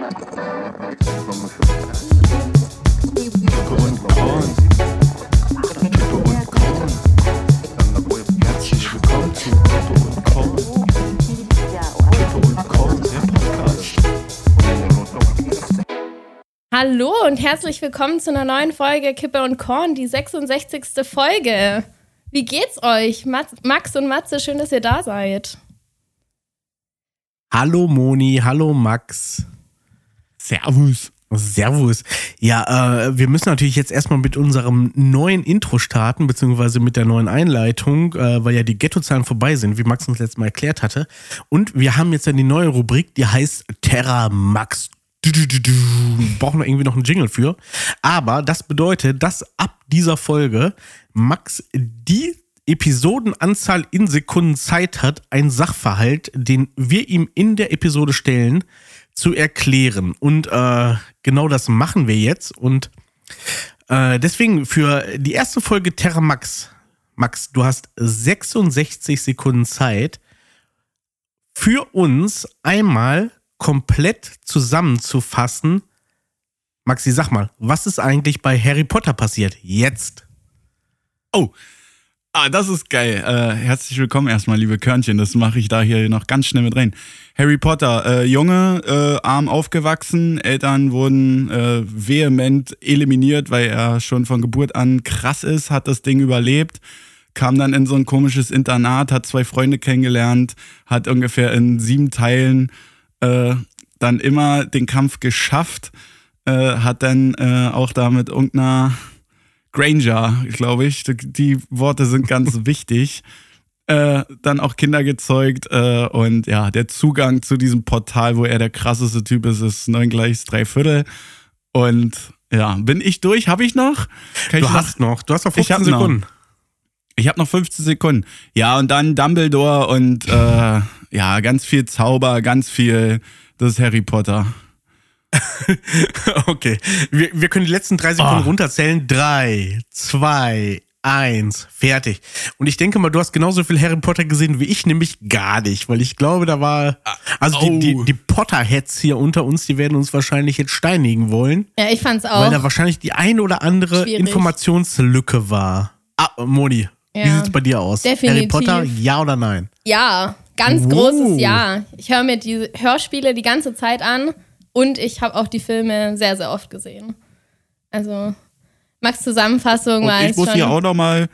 Hallo und herzlich willkommen zu einer neuen Folge Kippe und Korn, die 66. Folge. Wie geht's euch? Max und Matze, schön, dass ihr da seid. Hallo Moni, hallo Max. Servus. Servus. Ja, wir müssen natürlich jetzt erstmal mit unserem neuen Intro starten, beziehungsweise mit der neuen Einleitung, weil ja die Ghettozahlen vorbei sind, wie Max uns letztes Mal erklärt hatte. Und wir haben jetzt ja die neue Rubrik, die heißt Terra Max. Brauchen wir irgendwie noch einen Jingle für. Aber das bedeutet, dass ab dieser Folge Max die Episodenanzahl in Sekunden Zeit hat, einen Sachverhalt, den wir ihm in der Episode stellen, zu erklären. Und genau das machen wir jetzt. Und deswegen für die erste Folge Terra Max, du hast 66 Sekunden Zeit, für uns einmal komplett zusammenzufassen. Maxi, sag mal, was ist eigentlich bei Harry Potter passiert? Jetzt. Oh, das ist geil. Herzlich willkommen erstmal, liebe Körnchen. Das mache ich da hier noch ganz schnell mit rein. Harry Potter, Junge, arm aufgewachsen. Eltern wurden vehement eliminiert, weil er schon von Geburt an krass ist, hat das Ding überlebt. Kam dann in so ein komisches Internat, hat 2 Freunde kennengelernt, hat ungefähr in 7 Teilen dann immer den Kampf geschafft, hat dann auch da mit irgendeiner Granger, glaube ich, die Worte sind ganz wichtig, dann auch Kinder gezeugt und ja, der Zugang zu diesem Portal, wo er der krasseste Typ ist 9 gleich 3/4 und ja, bin ich durch? Habe ich noch? Du hast noch 15 Sekunden. Ich habe noch 15 Sekunden. Ja, und dann Dumbledore und ja, ganz viel Zauber, ganz viel, das ist Harry Potter. Okay, wir können die letzten 3 Sekunden runterzählen. 3, 2, 1, fertig. Und ich denke mal, du hast genauso viel Harry Potter gesehen wie ich, nämlich gar nicht, weil ich glaube, da war, also die Potterheads hier unter uns, die werden uns wahrscheinlich jetzt steinigen wollen. Ja, ich fand's auch. Weil da wahrscheinlich die ein oder andere Informationslücke war. Moni, wie sieht's bei dir aus? Definitiv. Harry Potter, ja oder nein? Ja, ganz großes Ja. Ich höre mir die Hörspiele die ganze Zeit an und ich habe auch die Filme sehr, sehr oft gesehen. Also, Max' Zusammenfassung war ich muss schon... hier auch nochmal...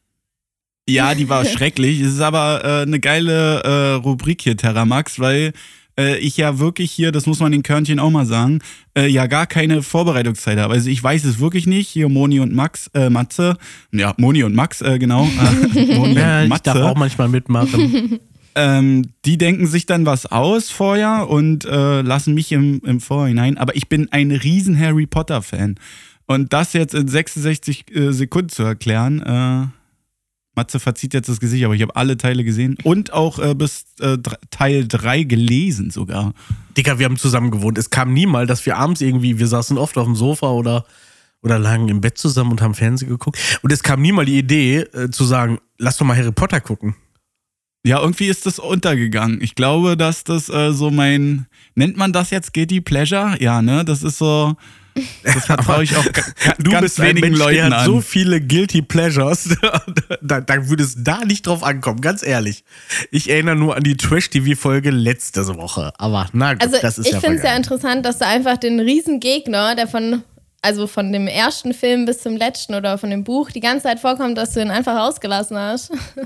Ja, die war schrecklich. Es ist aber eine geile Rubrik hier, Terra Max, weil ich ja wirklich hier, das muss man den Körnchen auch mal sagen, ja gar keine Vorbereitungszeit habe. Also ich weiß es wirklich nicht. Hier Moni und Matze. Ja, Moni und Max, genau. Moni ja, und Matze. Ich darf auch manchmal mitmachen. Die denken sich dann was aus vorher und lassen mich im Vorhinein. Aber ich bin ein riesen Harry Potter-Fan. Und das jetzt in 66 Sekunden zu erklären, Matze verzieht jetzt das Gesicht, aber ich habe alle Teile gesehen und auch bis Teil 3 gelesen sogar. Digga, wir haben zusammen gewohnt. Es kam nie mal, dass wir abends irgendwie, wir saßen oft auf dem Sofa oder lagen im Bett zusammen und haben Fernsehen geguckt. Und es kam nie mal die Idee zu sagen, lass doch mal Harry Potter gucken. Ja, irgendwie ist das untergegangen. Ich glaube, dass das so nennt man das jetzt Guilty Pleasure? Ja, ne? Das ist so, das vertraue ich auch ganz wenigen Leuten an. Der hat so viele Guilty Pleasures, da würde es da nicht drauf ankommen, ganz ehrlich. Ich erinnere nur an die Trash-TV-Folge letzte Woche, aber na gut, also das ist ich finde es ja interessant, dass du einfach den Riesengegner, der von dem ersten Film bis zum letzten oder von dem Buch die ganze Zeit vorkommt, dass du ihn einfach ausgelassen hast.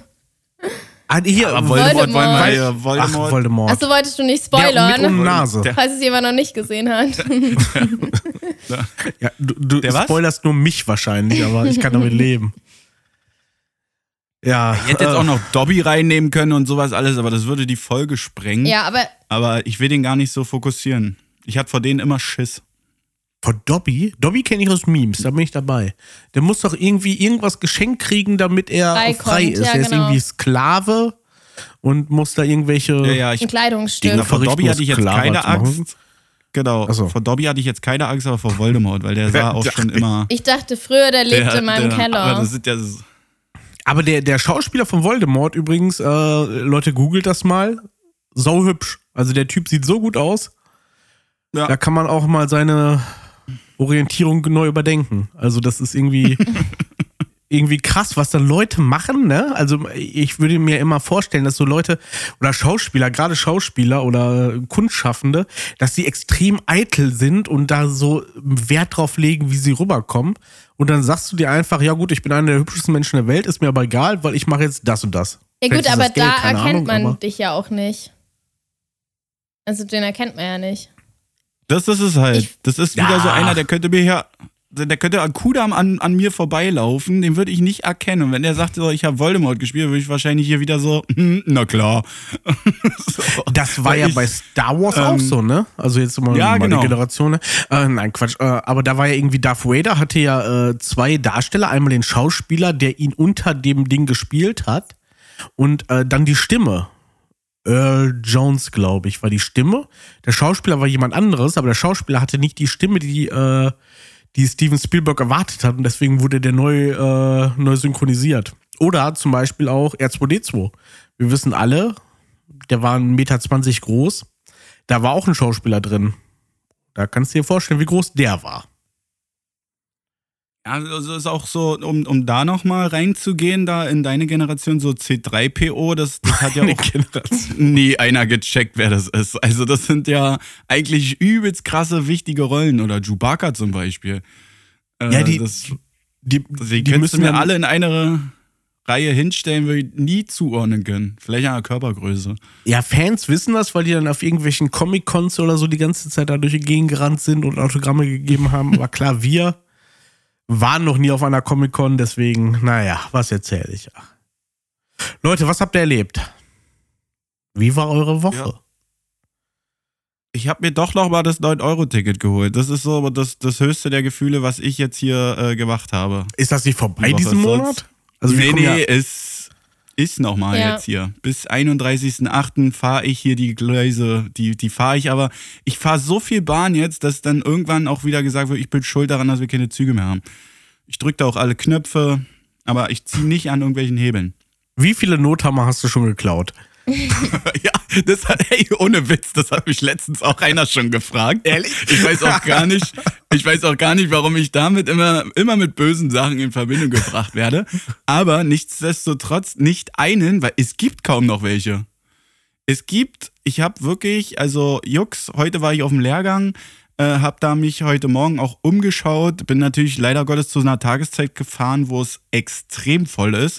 Hier, aber Voldemort. Ach, Voldemort. Achso, wolltest du nicht spoilern? Der mit um Nase. Falls es jemand noch nicht gesehen hat. Ja, du spoilerst nur mich wahrscheinlich, aber ich kann damit leben. Ja. Ich hätte jetzt auch noch Dobby reinnehmen können und sowas alles, aber das würde die Folge sprengen. Ja, aber ich will den gar nicht so fokussieren. Ich hatte vor denen immer Schiss. Von Dobby? Dobby kenne ich aus Memes, da bin ich dabei. Der muss doch irgendwie irgendwas geschenkt kriegen, damit er frei ist. Ja, er ist irgendwie Sklave und muss da irgendwelche ein Kleidungsstück. Vor Dobby hatte ich jetzt keine Angst. Genau, so. Vor Dobby hatte ich jetzt keine Angst, aber vor Voldemort, weil der sah auch schon immer... Ich dachte früher, der lebte in meinem Keller. Aber das sind ja... Aber der Schauspieler von Voldemort übrigens, Leute, googelt das mal, sauhübsch. Also der Typ sieht so gut aus. Ja. Da kann man auch mal seine Orientierung neu überdenken. Also das ist irgendwie krass, was dann Leute machen, ne? Also ich würde mir immer vorstellen, dass so Leute oder Schauspieler, gerade Schauspieler oder Kunstschaffende, dass sie extrem eitel sind und da so Wert drauf legen, wie sie rüberkommen. Und dann sagst du dir einfach, ja gut, ich bin einer der hübschesten Menschen der Welt, ist mir aber egal, weil ich mache jetzt das und das. Ja gut, Vielleicht ist aber das Geld, da keine erkennt Ahnung, man dich ja auch nicht. Also den erkennt man ja nicht. Das ist es halt. Das ist wieder Ja. so einer, der könnte Kudam an mir vorbeilaufen, den würde ich nicht erkennen. Und wenn der sagt, so, ich habe Voldemort gespielt, würde ich wahrscheinlich hier wieder so, na klar. So. Das war Weil ja ich- bei Star Wars auch so, ne? Also jetzt mal Ja, meine genau. Generation. Ne? Nein, Quatsch. Aber da war ja irgendwie Darth Vader, hatte ja zwei Darsteller. Einmal den Schauspieler, der ihn unter dem Ding gespielt hat. Und dann die Stimme. Earl Jones, glaube ich, war die Stimme. Der Schauspieler war jemand anderes, aber der Schauspieler hatte nicht die Stimme, die Steven Spielberg erwartet hat. Und deswegen wurde der neu synchronisiert. Oder zum Beispiel auch R2D2. Wir wissen alle, der war 1,20 Meter groß. Da war auch ein Schauspieler drin. Da kannst du dir vorstellen, wie groß der war. Ja, also ist auch so, um da nochmal reinzugehen, da in deine Generation, so C3PO, das hat ja Eine auch Generation. nie einer gecheckt, wer das ist. Also das sind ja eigentlich übelst krasse, wichtige Rollen. Oder Chewbacca zum Beispiel. Ja, die könntest müssen du mir ja alle in eine Reihe hinstellen, würde ich nie zuordnen können. Vielleicht an der Körpergröße. Ja, Fans wissen das, weil die dann auf irgendwelchen Comic-Cons oder so die ganze Zeit da durch die Gegend gerannt sind und Autogramme gegeben haben. Aber klar, wir waren noch nie auf einer Comic-Con, deswegen, naja, was erzähle ich? Leute, was habt ihr erlebt? Wie war eure Woche? Ja. Ich habe mir doch noch mal das 9-Euro-Ticket geholt. Das ist so das höchste der Gefühle, was ich jetzt hier gemacht habe. Ist das nicht vorbei Die Woche diesen ist Monat? sonst- Also wir kommen ja, es ist nochmal Ja. jetzt hier. Bis 31.08. fahre ich hier die Gleise, die fahre ich, aber ich fahre so viel Bahn jetzt, dass dann irgendwann auch wieder gesagt wird, ich bin schuld daran, dass wir keine Züge mehr haben. Ich drücke da auch alle Knöpfe, aber ich ziehe nicht an irgendwelchen Hebeln. wie viele Nothammer hast du schon geklaut? Ja, hey, ohne Witz, das hat mich letztens auch einer schon gefragt. Ehrlich? Ich weiß auch gar nicht, warum ich damit immer mit bösen Sachen in Verbindung gebracht werde. Aber nichtsdestotrotz nicht einen, weil es gibt kaum noch welche. Ich habe wirklich, also Jux, heute war ich auf dem Lehrgang, habe da mich heute Morgen auch umgeschaut, bin natürlich leider Gottes zu einer Tageszeit gefahren, wo es extrem voll ist.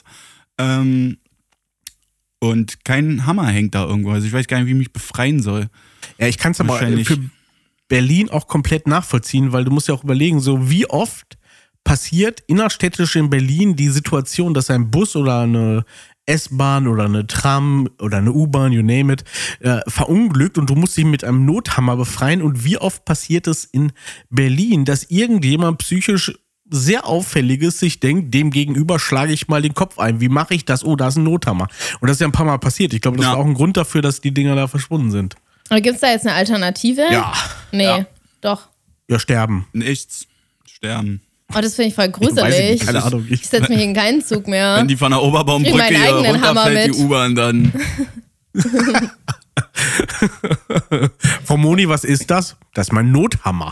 Und kein Hammer hängt da irgendwo. Also ich weiß gar nicht, wie ich mich befreien soll. Ja, ich kann es aber Wahrscheinlich. für Berlin auch komplett nachvollziehen, weil du musst ja auch überlegen, so wie oft passiert innerstädtisch in Berlin die Situation, dass ein Bus oder eine S-Bahn oder eine Tram oder eine U-Bahn, you name it, verunglückt und du musst dich mit einem Nothammer befreien. Und wie oft passiert es in Berlin, dass irgendjemand psychisch sehr Auffälliges sich denkt, dem gegenüber schlage ich mal den Kopf ein. Wie mache ich das? Oh, da ist ein Nothammer. Und das ist ja ein paar Mal passiert. Ich glaube, das Ja. war auch ein Grund dafür, dass die Dinger da verschwunden sind. Aber gibt es da jetzt eine Alternative? Ja. Nee, Ja. doch. Ja, sterben. Nichts. Sterben. Oh, das finde ich voll Weiß ich gruselig. nicht, keine Ahnung. Ich setze mich in keinen Zug mehr. Wenn die von der Oberbaumbrücke Krieg meinen hier eigenen Hammer runterfällt, die mit. U-Bahn, dann. Frau Moni, was ist das? Das ist mein Nothammer.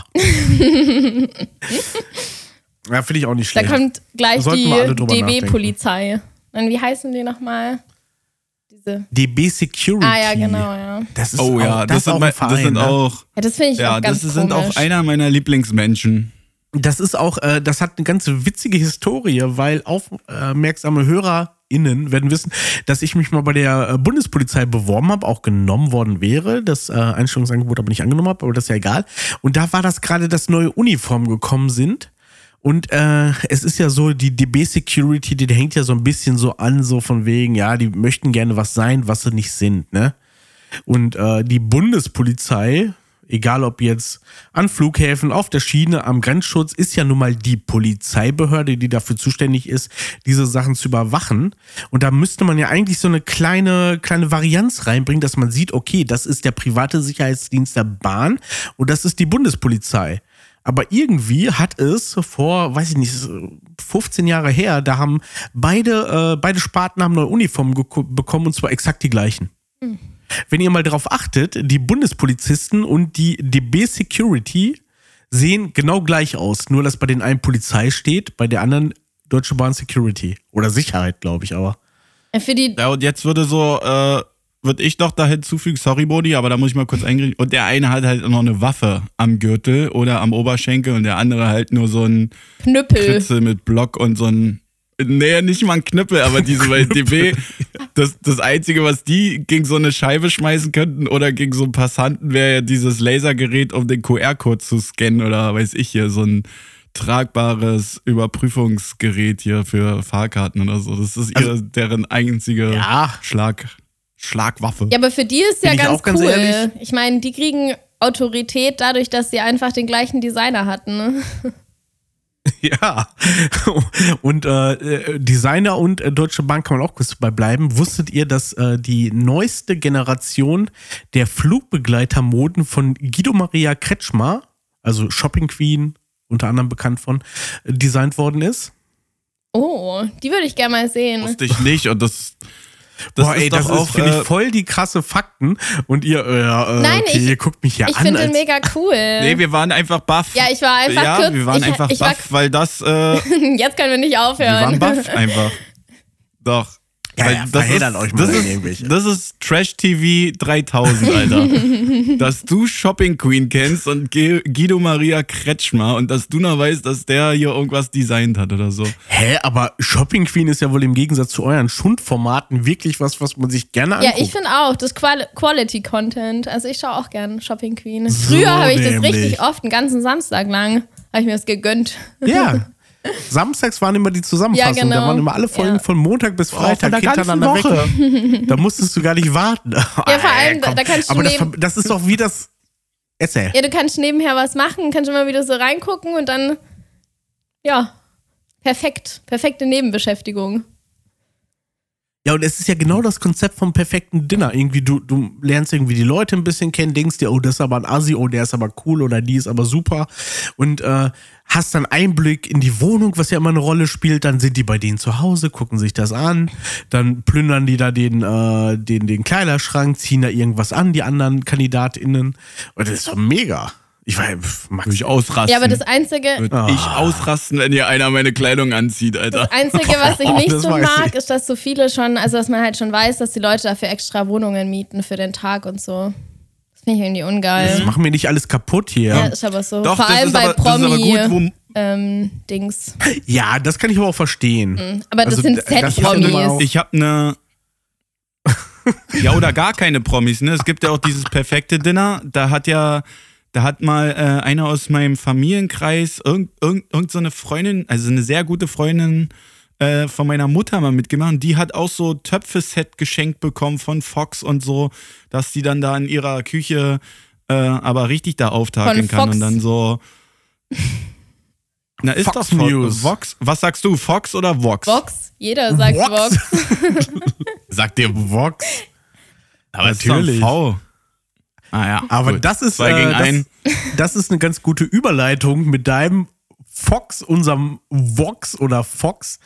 Ja, finde ich auch nicht Da schlecht. kommt gleich Sollten die wir alle drüber DB-Polizei. Und wie heißen die nochmal? Diese. DB Security. Ah ja, genau, ja. Das ist Oh auch, ja, das ist auch ein das Verein, sind ne? auch. Ja, das finde ich Ja, auch ganz das sind komisch. auch einer meiner Lieblingsmenschen. Das ist auch, das hat eine ganz witzige Historie, weil aufmerksame HörerInnen werden wissen, dass ich mich mal bei der Bundespolizei beworben habe, auch genommen worden wäre, das Einstellungsangebot aber nicht angenommen habe, aber das ist ja egal. Und da war das gerade, dass neue Uniformen gekommen sind. Und es ist ja so, die DB Security, die hängt ja so ein bisschen so an, so von wegen, ja, die möchten gerne was sein, was sie nicht sind, ne? Und die Bundespolizei, egal ob jetzt an Flughäfen, auf der Schiene, am Grenzschutz, ist ja nun mal die Polizeibehörde, die dafür zuständig ist, diese Sachen zu überwachen. Und da müsste man ja eigentlich so eine kleine Varianz reinbringen, dass man sieht, okay, das ist der private Sicherheitsdienst der Bahn und das ist die Bundespolizei. Aber irgendwie hat es vor, weiß ich nicht, 15 Jahre her, da haben beide Sparten haben neue Uniformen bekommen und zwar exakt die gleichen. wenn ihr mal darauf achtet, die Bundespolizisten und die DB Security sehen genau gleich aus. Nur, dass bei den einen Polizei steht, bei der anderen Deutsche Bahn Security. Oder Sicherheit, glaube ich, aber. Ja, und jetzt würde ich noch da hinzufügen, sorry Bodi, aber da muss ich mal kurz eingreifen. Und der eine hat halt noch eine Waffe am Gürtel oder am Oberschenkel und der andere halt nur so ein Knüppel. Kritzel mit Block und so ein, nee, nicht mal ein Knüppel, aber diese bei DB, das Einzige, was die gegen so eine Scheibe schmeißen könnten oder gegen so einen Passanten, wäre ja dieses Lasergerät, um den QR-Code zu scannen oder weiß ich hier, so ein tragbares Überprüfungsgerät hier für Fahrkarten oder so. Das ist deren einzige Schlagwaffe. Ja, aber für die ist ja ganz ganz cool. ehrlich. Ich meine, die kriegen Autorität dadurch, dass sie einfach den gleichen Designer hatten. Ne? Ja, und Designer und Deutsche Bahn kann man auch kurz dabei bleiben. Wusstet ihr, dass die neueste Generation der Flugbegleitermoden von Guido Maria Kretschmer, also Shopping Queen, unter anderem bekannt von, designt worden ist? Oh, die würde ich gerne mal sehen. Wusste ich nicht und das Boah, ist das doch auch, finde ich, voll die krasse Fakten. Und ihr, Nein, okay, ihr guckt mich ja ich an. finde den mega cool. Nee, wir waren einfach baff. Ja, ich war einfach Ja, kurz. wir waren einfach ich war, baff, weil das, jetzt können wir nicht wir aufhören. waren baff einfach. Doch. Ja, Weil ja, verheddert euch mal irgendwelche. Das ist Trash TV 3000, Alter. Dass du Shopping Queen kennst und Guido Maria Kretschmer und dass du noch weißt, dass der hier irgendwas designt hat oder so. Hä, aber Shopping Queen ist ja wohl im Gegensatz zu euren Schundformaten wirklich was man sich gerne anguckt. Ja, ich finde auch, das Quality Content. Also ich schaue auch gern Shopping Queen. So Früher habe ich das nämlich. richtig oft, einen ganzen Samstag lang, habe ich mir das gegönnt. Ja. Samstags waren immer die Zusammenfassungen. Ja, genau. Da waren immer alle Folgen von Montag bis Freitag von der hintereinander ganzen weg. Da musstest du gar nicht warten. Ja, vor allem, da kannst du aber das ist doch wie das. Erzähl. Ja, du kannst nebenher was machen, kannst immer wieder so reingucken und dann, ja, perfekte Nebenbeschäftigung. Ja, und es ist ja genau das Konzept vom perfekten Dinner. Irgendwie, du lernst irgendwie die Leute ein bisschen kennen, denkst dir, oh, das ist aber ein Assi, oh, der ist aber cool oder die ist aber super. Und hast dann Einblick in die Wohnung, was ja immer eine Rolle spielt. Dann sind die bei denen zu Hause, gucken sich das an. Dann plündern die da den Kleiderschrank, ziehen da irgendwas an, die anderen KandidatInnen. Und das ist doch mega. Würde ich ausrasten. Ja, aber das Einzige, Würde ich ausrasten, wenn hier einer meine Kleidung anzieht, Alter. das Einzige, was ich nicht das so weiß mag, ich. ist, dass so viele schon, also dass man halt schon weiß, dass die Leute dafür extra Wohnungen mieten für den Tag und so. Das finde ich irgendwie Das ungeil. machen wir nicht alles kaputt hier. Ja, ist aber so. Doch, Vor allem bei das ist aber gut, Dings. Ja, das kann ich aber auch verstehen. Aber das Also, sind das ist ja Z-Promis. nun mal auch- Ich habe eine. Ja, oder gar keine Promis, ne? Es gibt ja auch dieses perfekte Dinner. Da hat mal einer aus meinem Familienkreis, irgend so eine Freundin, also eine sehr gute Freundin von meiner Mutter mal mitgemacht. Und die hat auch so Töpfe-Set geschenkt bekommen von Fox und so, dass die dann da in ihrer Küche aber richtig da auftakeln Von kann. Fox? Und dann so. Na, ist Fox doch News. Vox. Was sagst du, Fox oder Vox? Vox? Jeder sagt Vox? Vox. Sagt dir Vox. Aber Natürlich. Ist doch ein V. Ah ja. Aber gut. das ist 2 gegen 1. das ist eine ganz gute Überleitung mit deinem Fox, unserem Vox oder Fox.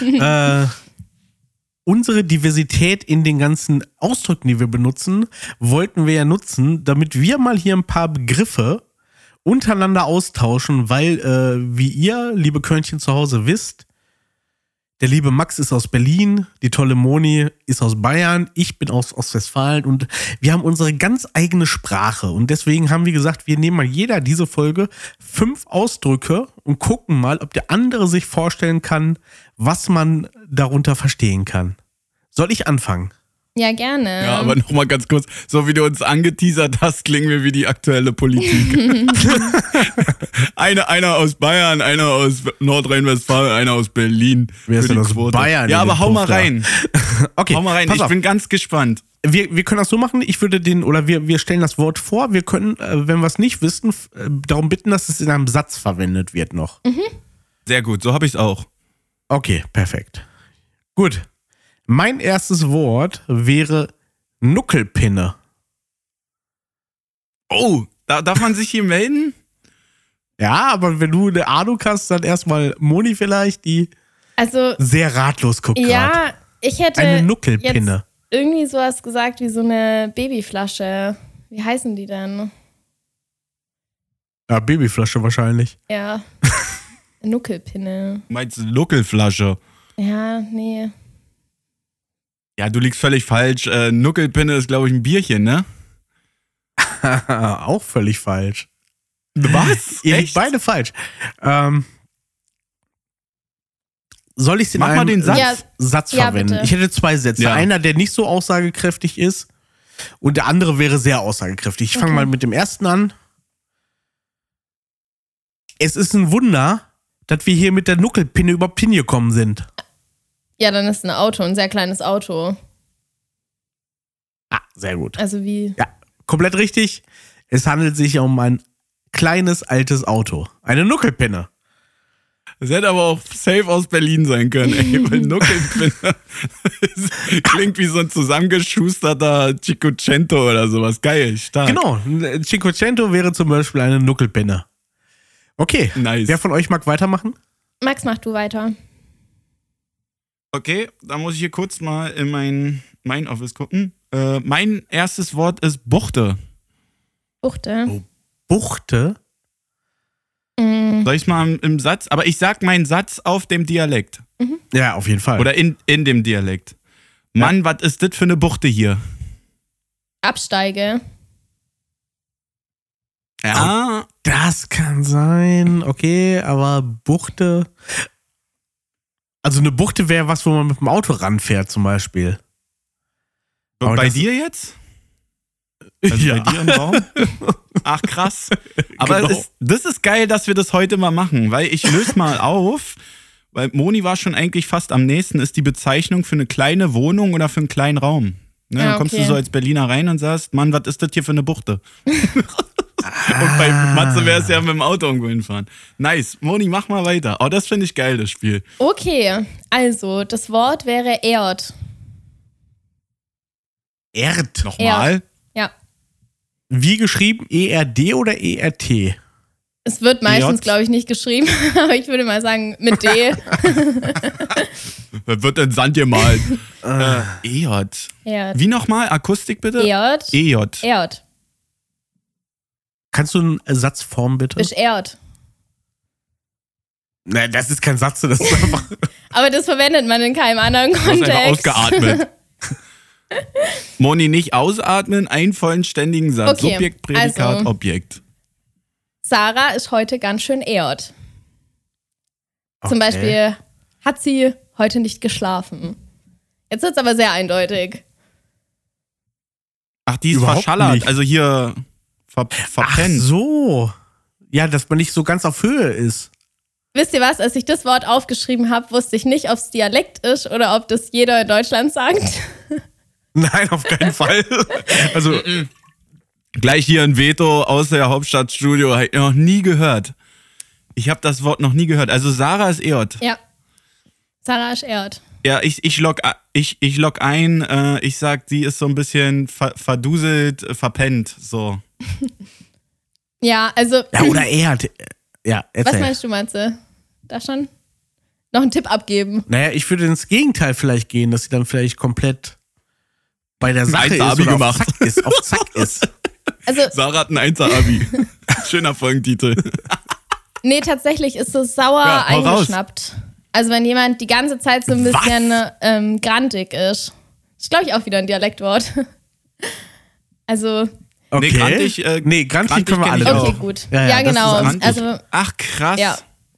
Unsere Diversität in den ganzen Ausdrücken, die wir benutzen, wollten wir ja nutzen, damit wir mal hier ein paar Begriffe untereinander austauschen, weil, wie ihr, liebe Körnchen zu Hause, wisst, der liebe Max ist aus Berlin, die tolle Moni ist aus Bayern, ich bin aus Ostwestfalen und wir haben unsere ganz eigene Sprache. Und deswegen haben wir gesagt, wir nehmen mal jeder diese Folge 5 Ausdrücke und gucken mal, ob der andere sich vorstellen kann, was man darunter verstehen kann. Soll ich anfangen? Ja, gerne. Ja, aber nochmal ganz kurz, so wie du uns angeteasert hast, klingen wir wie die aktuelle Politik. einer aus Bayern, einer aus Nordrhein-Westfalen, einer aus Berlin. Wer ist für denn die aus Quote. Bayern Ja, in aber den hau mal Puff da? rein. Okay, Hau mal rein, pass ich auf. bin ganz gespannt. Wir können das so machen, wir stellen das Wort vor, wir können, wenn wir es nicht wissen, darum bitten, dass es in einem Satz verwendet wird noch. Sehr gut, so habe ich es auch. Okay, perfekt. Gut. Mein erstes Wort wäre Nuckelpinne. Oh, darf man sich hier melden? Ja, aber wenn du eine Ahnung hast, dann erstmal Moni vielleicht, die Also, sehr ratlos guckt gerade. ja, ich hätte Eine Nuckelpinne. jetzt irgendwie sowas gesagt wie so eine Babyflasche. Wie heißen die denn? Ja, Babyflasche wahrscheinlich. Ja. Nuckelpinne. Meinst du Nuckelflasche? Ja, nee. Ja, du liegst völlig falsch. Nuckelpinne ist, glaube ich, ein Bierchen, ne? Auch völlig falsch. Was? Ihr liegt beide falsch. Soll ich es in Mach mal einem den Satz. Satz Ja, verwenden? bitte. Ich hätte 2 Sätze. Ja. Einer, der nicht so aussagekräftig ist und der andere wäre sehr aussagekräftig. Ich fange Okay. mal mit dem ersten an. Es ist ein Wunder, dass wir hier mit der Nuckelpinne überhaupt hingekommen sind. Ja, dann ist ein Auto, ein sehr kleines Auto. Ah, sehr gut. Also wie. Ja, komplett richtig. Es handelt sich um ein kleines, altes Auto. Eine Nuckelpinne. Das hätte aber auch safe aus Berlin sein können, ey, weil Nuckelpinne klingt wie so ein zusammengeschusterter Cinquecento oder sowas. Geil, stark. Genau, ein Cinquecento wäre zum Beispiel eine Nuckelpinne. Okay, Nice. wer von euch mag weitermachen? Max, mach du weiter. Okay, da muss ich hier kurz mal in mein Office gucken. Mein erstes Wort ist Buchte. Buchte. Oh. Buchte? Soll ich mal im Satz? Aber ich sag meinen Satz auf dem Dialekt. Ja, auf jeden Fall. Oder in dem Dialekt. Mann, was ist das für eine Buchte hier? Absteige. Ja. Das kann sein, okay, aber Buchte. Also eine Buchte wäre was, wo man mit dem Auto ranfährt, zum Beispiel. Aber Bei das- dir jetzt? Also Ja. bei dir im Raum? Ach, krass. Aber Genau. das ist geil, dass wir das heute mal machen, weil ich löse mal auf, weil Moni war schon eigentlich fast am nächsten, ist die Bezeichnung für eine kleine Wohnung oder für einen kleinen Raum. Ne, Ja, dann kommst du okay. so als Berliner rein und sagst, Mann, was ist das hier für eine Buchte? Und bei Matze wäre es ja mit dem Auto irgendwo hinfahren. Nice. Moni, mach mal weiter. Oh, das finde ich geil, das Spiel. Okay, also das Wort wäre Erd. Erd. Nochmal. Ja. Wie geschrieben? ERD oder ERT? Es wird meistens, Erd. glaube ich, nicht geschrieben, aber ich würde mal sagen mit D. Was wird denn Sand gemalt? Erd. Erd. Wie nochmal? Akustik bitte? Erd. Erd. Erd. Kannst du einen Satzform bitte? Ist Erd. Nein, das ist kein Satz, das ist einfach. Aber das verwendet man in keinem anderen Du hast einfach Kontext. ausgeatmet. Moni, nicht ausatmen, einen vollständigen Satz. Okay, Subjekt, Prädikat, also. Objekt. Sarah ist heute ganz schön Erd. Zum Okay. Beispiel hat sie heute nicht geschlafen. Jetzt wird es aber sehr eindeutig. Ach, die ist Überhaupt verschallert. nicht. Also hier Ach verpennt. so. Ja, dass man nicht so ganz auf Höhe ist. Wisst ihr was, als ich das Wort aufgeschrieben habe, wusste ich nicht, ob es Dialekt ist oder ob das jeder in Deutschland sagt. Nein, auf keinen Fall. Also, Gleich hier ein Veto aus der Hauptstadtstudio. Hab ich noch nie gehört. Ich habe das Wort noch nie gehört. Also Sarah ist Erd. Ja. Sarah ist Erd. Ja, ich log ein. Ich sag, sie ist so ein bisschen verduselt, verpennt. So. Ja, also, ja, oder Erd. Ja, was erzähl. meinst du, Matze? Da schon noch einen Tipp abgeben? Naja, ich würde ins Gegenteil vielleicht gehen, dass sie dann vielleicht komplett bei der Sache ist 1er-Abi oder gemacht. auf Zack ist. Also, Sarah hat ein 1er-Abi. Schöner Folgentitel. nee, tatsächlich ist es sauer Ja, hau raus. eingeschnappt. Also, wenn jemand die ganze Zeit so ein bisschen grantig ist. Ist, glaube ich, auch wieder ein Dialektwort. Also, Okay. Nee, grantig, nee, grantig grantig können wir kenn alle. ich okay, auch. gut. Ja, Ja, das ist genau. Grantig. Also, Ach, krass. ja.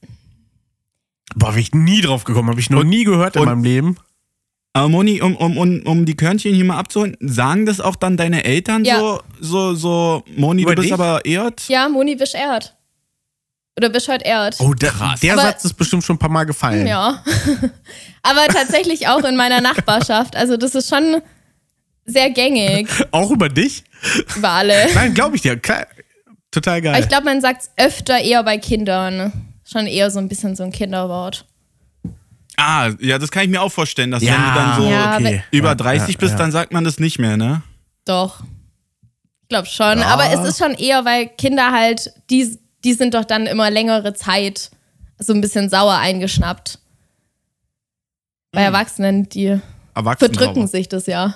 Boah, bin ich nie drauf gekommen. Habe ich noch nie gehört in und- meinem Leben. Aber Moni, um die Körnchen hier mal abzuholen, sagen das auch dann deine Eltern Ja. so, Moni, Über du bist dich? aber Erd? Ja, Moni bist Erd. Oder bist heute Erd. Oh, der Aber- Satz ist bestimmt schon ein paar Mal gefallen. Ja. Aber tatsächlich auch in meiner Nachbarschaft. Also, das ist schon sehr gängig Auch über dich? über alle. Nein, glaube ich dir. Klar. Total geil. Aber ich glaube, man sagt es öfter eher bei Kindern. Schon eher so ein bisschen so ein Kinderwort. Ah, ja, das kann ich mir auch vorstellen, dass ja, wenn du dann so Ja, okay. über Ja, 30 ja, bist, ja. dann sagt man das nicht mehr, ne? Doch. Ich glaube schon. Ja. Aber es ist schon eher, weil Kinder halt, die sind doch dann immer längere Zeit so ein bisschen sauer eingeschnappt. Bei Erwachsenen, die Erwachsene. verdrücken sich das ja.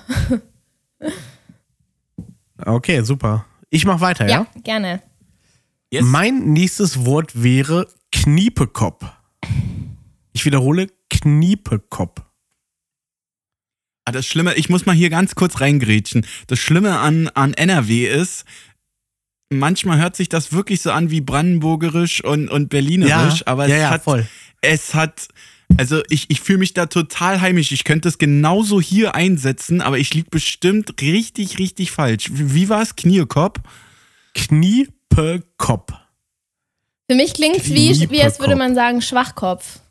Okay, super. Ich mach weiter, ja? Ja, gerne. Yes. Mein nächstes Wort wäre Kniepekopf. Ich wiederhole, Kniepekopf. Das Schlimme, ich muss mal hier ganz kurz reingrätschen. Das Schlimme an NRW ist, manchmal hört sich das wirklich so an wie brandenburgerisch und berlinerisch, aber es hat, also ich fühle mich da total heimisch. Ich könnte es genauso hier einsetzen, aber ich liege bestimmt richtig, richtig falsch. Wie war es? Kniekopf? Kniepekopf. Für mich klingt es wie als würde man sagen Schwachkopf.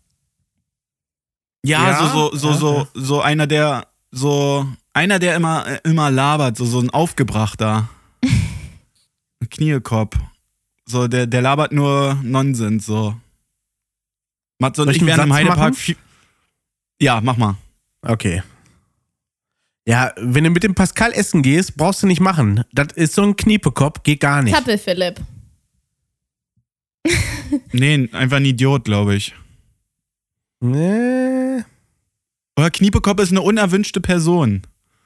Ja, so einer, der immer labert, so ein Aufgebrachter. Kniekopf. So, der labert nur Nonsens, so. Matze und ich werden im Heidepark. Ja, mach mal. Okay. Ja, wenn du mit dem Pascal essen gehst, brauchst du nicht machen. Das ist so ein Kniepekopf, geht gar nicht. Kappel Philipp. Nee, einfach ein Idiot, glaube ich. Nee. Oder Kniepekopf ist eine unerwünschte Person.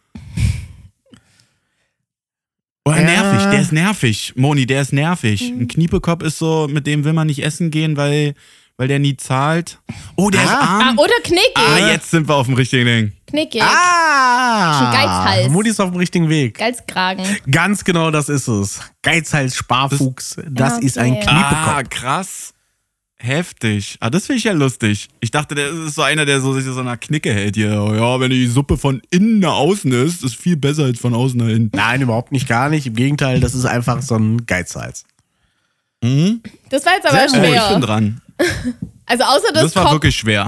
Oder nervig, der ist nervig. Moni, der ist nervig. Ein Kniepekopf ist so, mit dem will man nicht essen gehen, weil der nie zahlt. Oh, der ist arm. Oder knickig. Jetzt sind wir auf dem richtigen Ding. Knickig. Ein Geizhals. Mutti ist auf dem richtigen Weg. Geizkragen. Ganz genau, das ist es. Geizhals, Sparfuchs, das ist ein Kniepekopf. Krass. Heftig. Das finde ich ja lustig. Ich dachte, der ist so einer, der sich so einer Knicke hält hier. Ja, wenn die Suppe von innen nach außen ist viel besser als von außen nach innen. Nein, überhaupt nicht, gar nicht. Im Gegenteil, das ist einfach so ein Geizhals. Mhm. Das war jetzt aber schwer. Ich bin dran. Also außer das war wirklich schwer.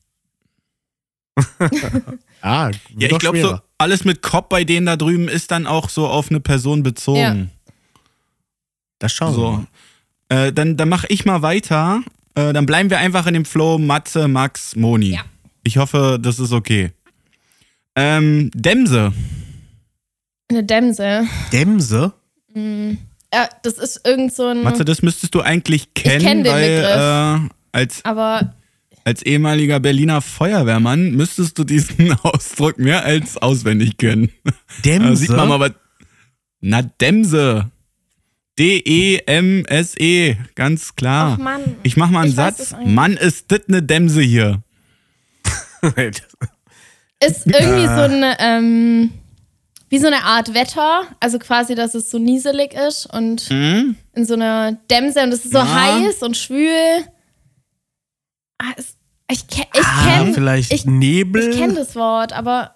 Ja, ich glaube so, alles mit Kopf bei denen da drüben ist dann auch so auf eine Person bezogen. Ja. Das schauen wir mal. Dann mache ich mal weiter. Dann bleiben wir einfach in dem Flow Matze, Max, Moni. Ja. Ich hoffe, das ist okay. Dämse. Eine Dämse. Dämse? Ja, das ist irgend so ein... Matze, das müsstest du eigentlich kennen, Ich kenn den weil aber als ehemaliger Berliner Feuerwehrmann müsstest du diesen Ausdruck mehr als auswendig können. Dämse? Sieht man mal was. Na, Dämse. D-E-M-S-E, ganz klar. Ach Mann. Ich mach mal einen Satz. Mann, ist das eine Dämse hier? Ist irgendwie so eine, wie so eine Art Wetter, also quasi, dass es so nieselig ist und in so einer Dämse und es ist so heiß und schwül. Ich kenne vielleicht Nebel? Ich kenne das Wort, aber...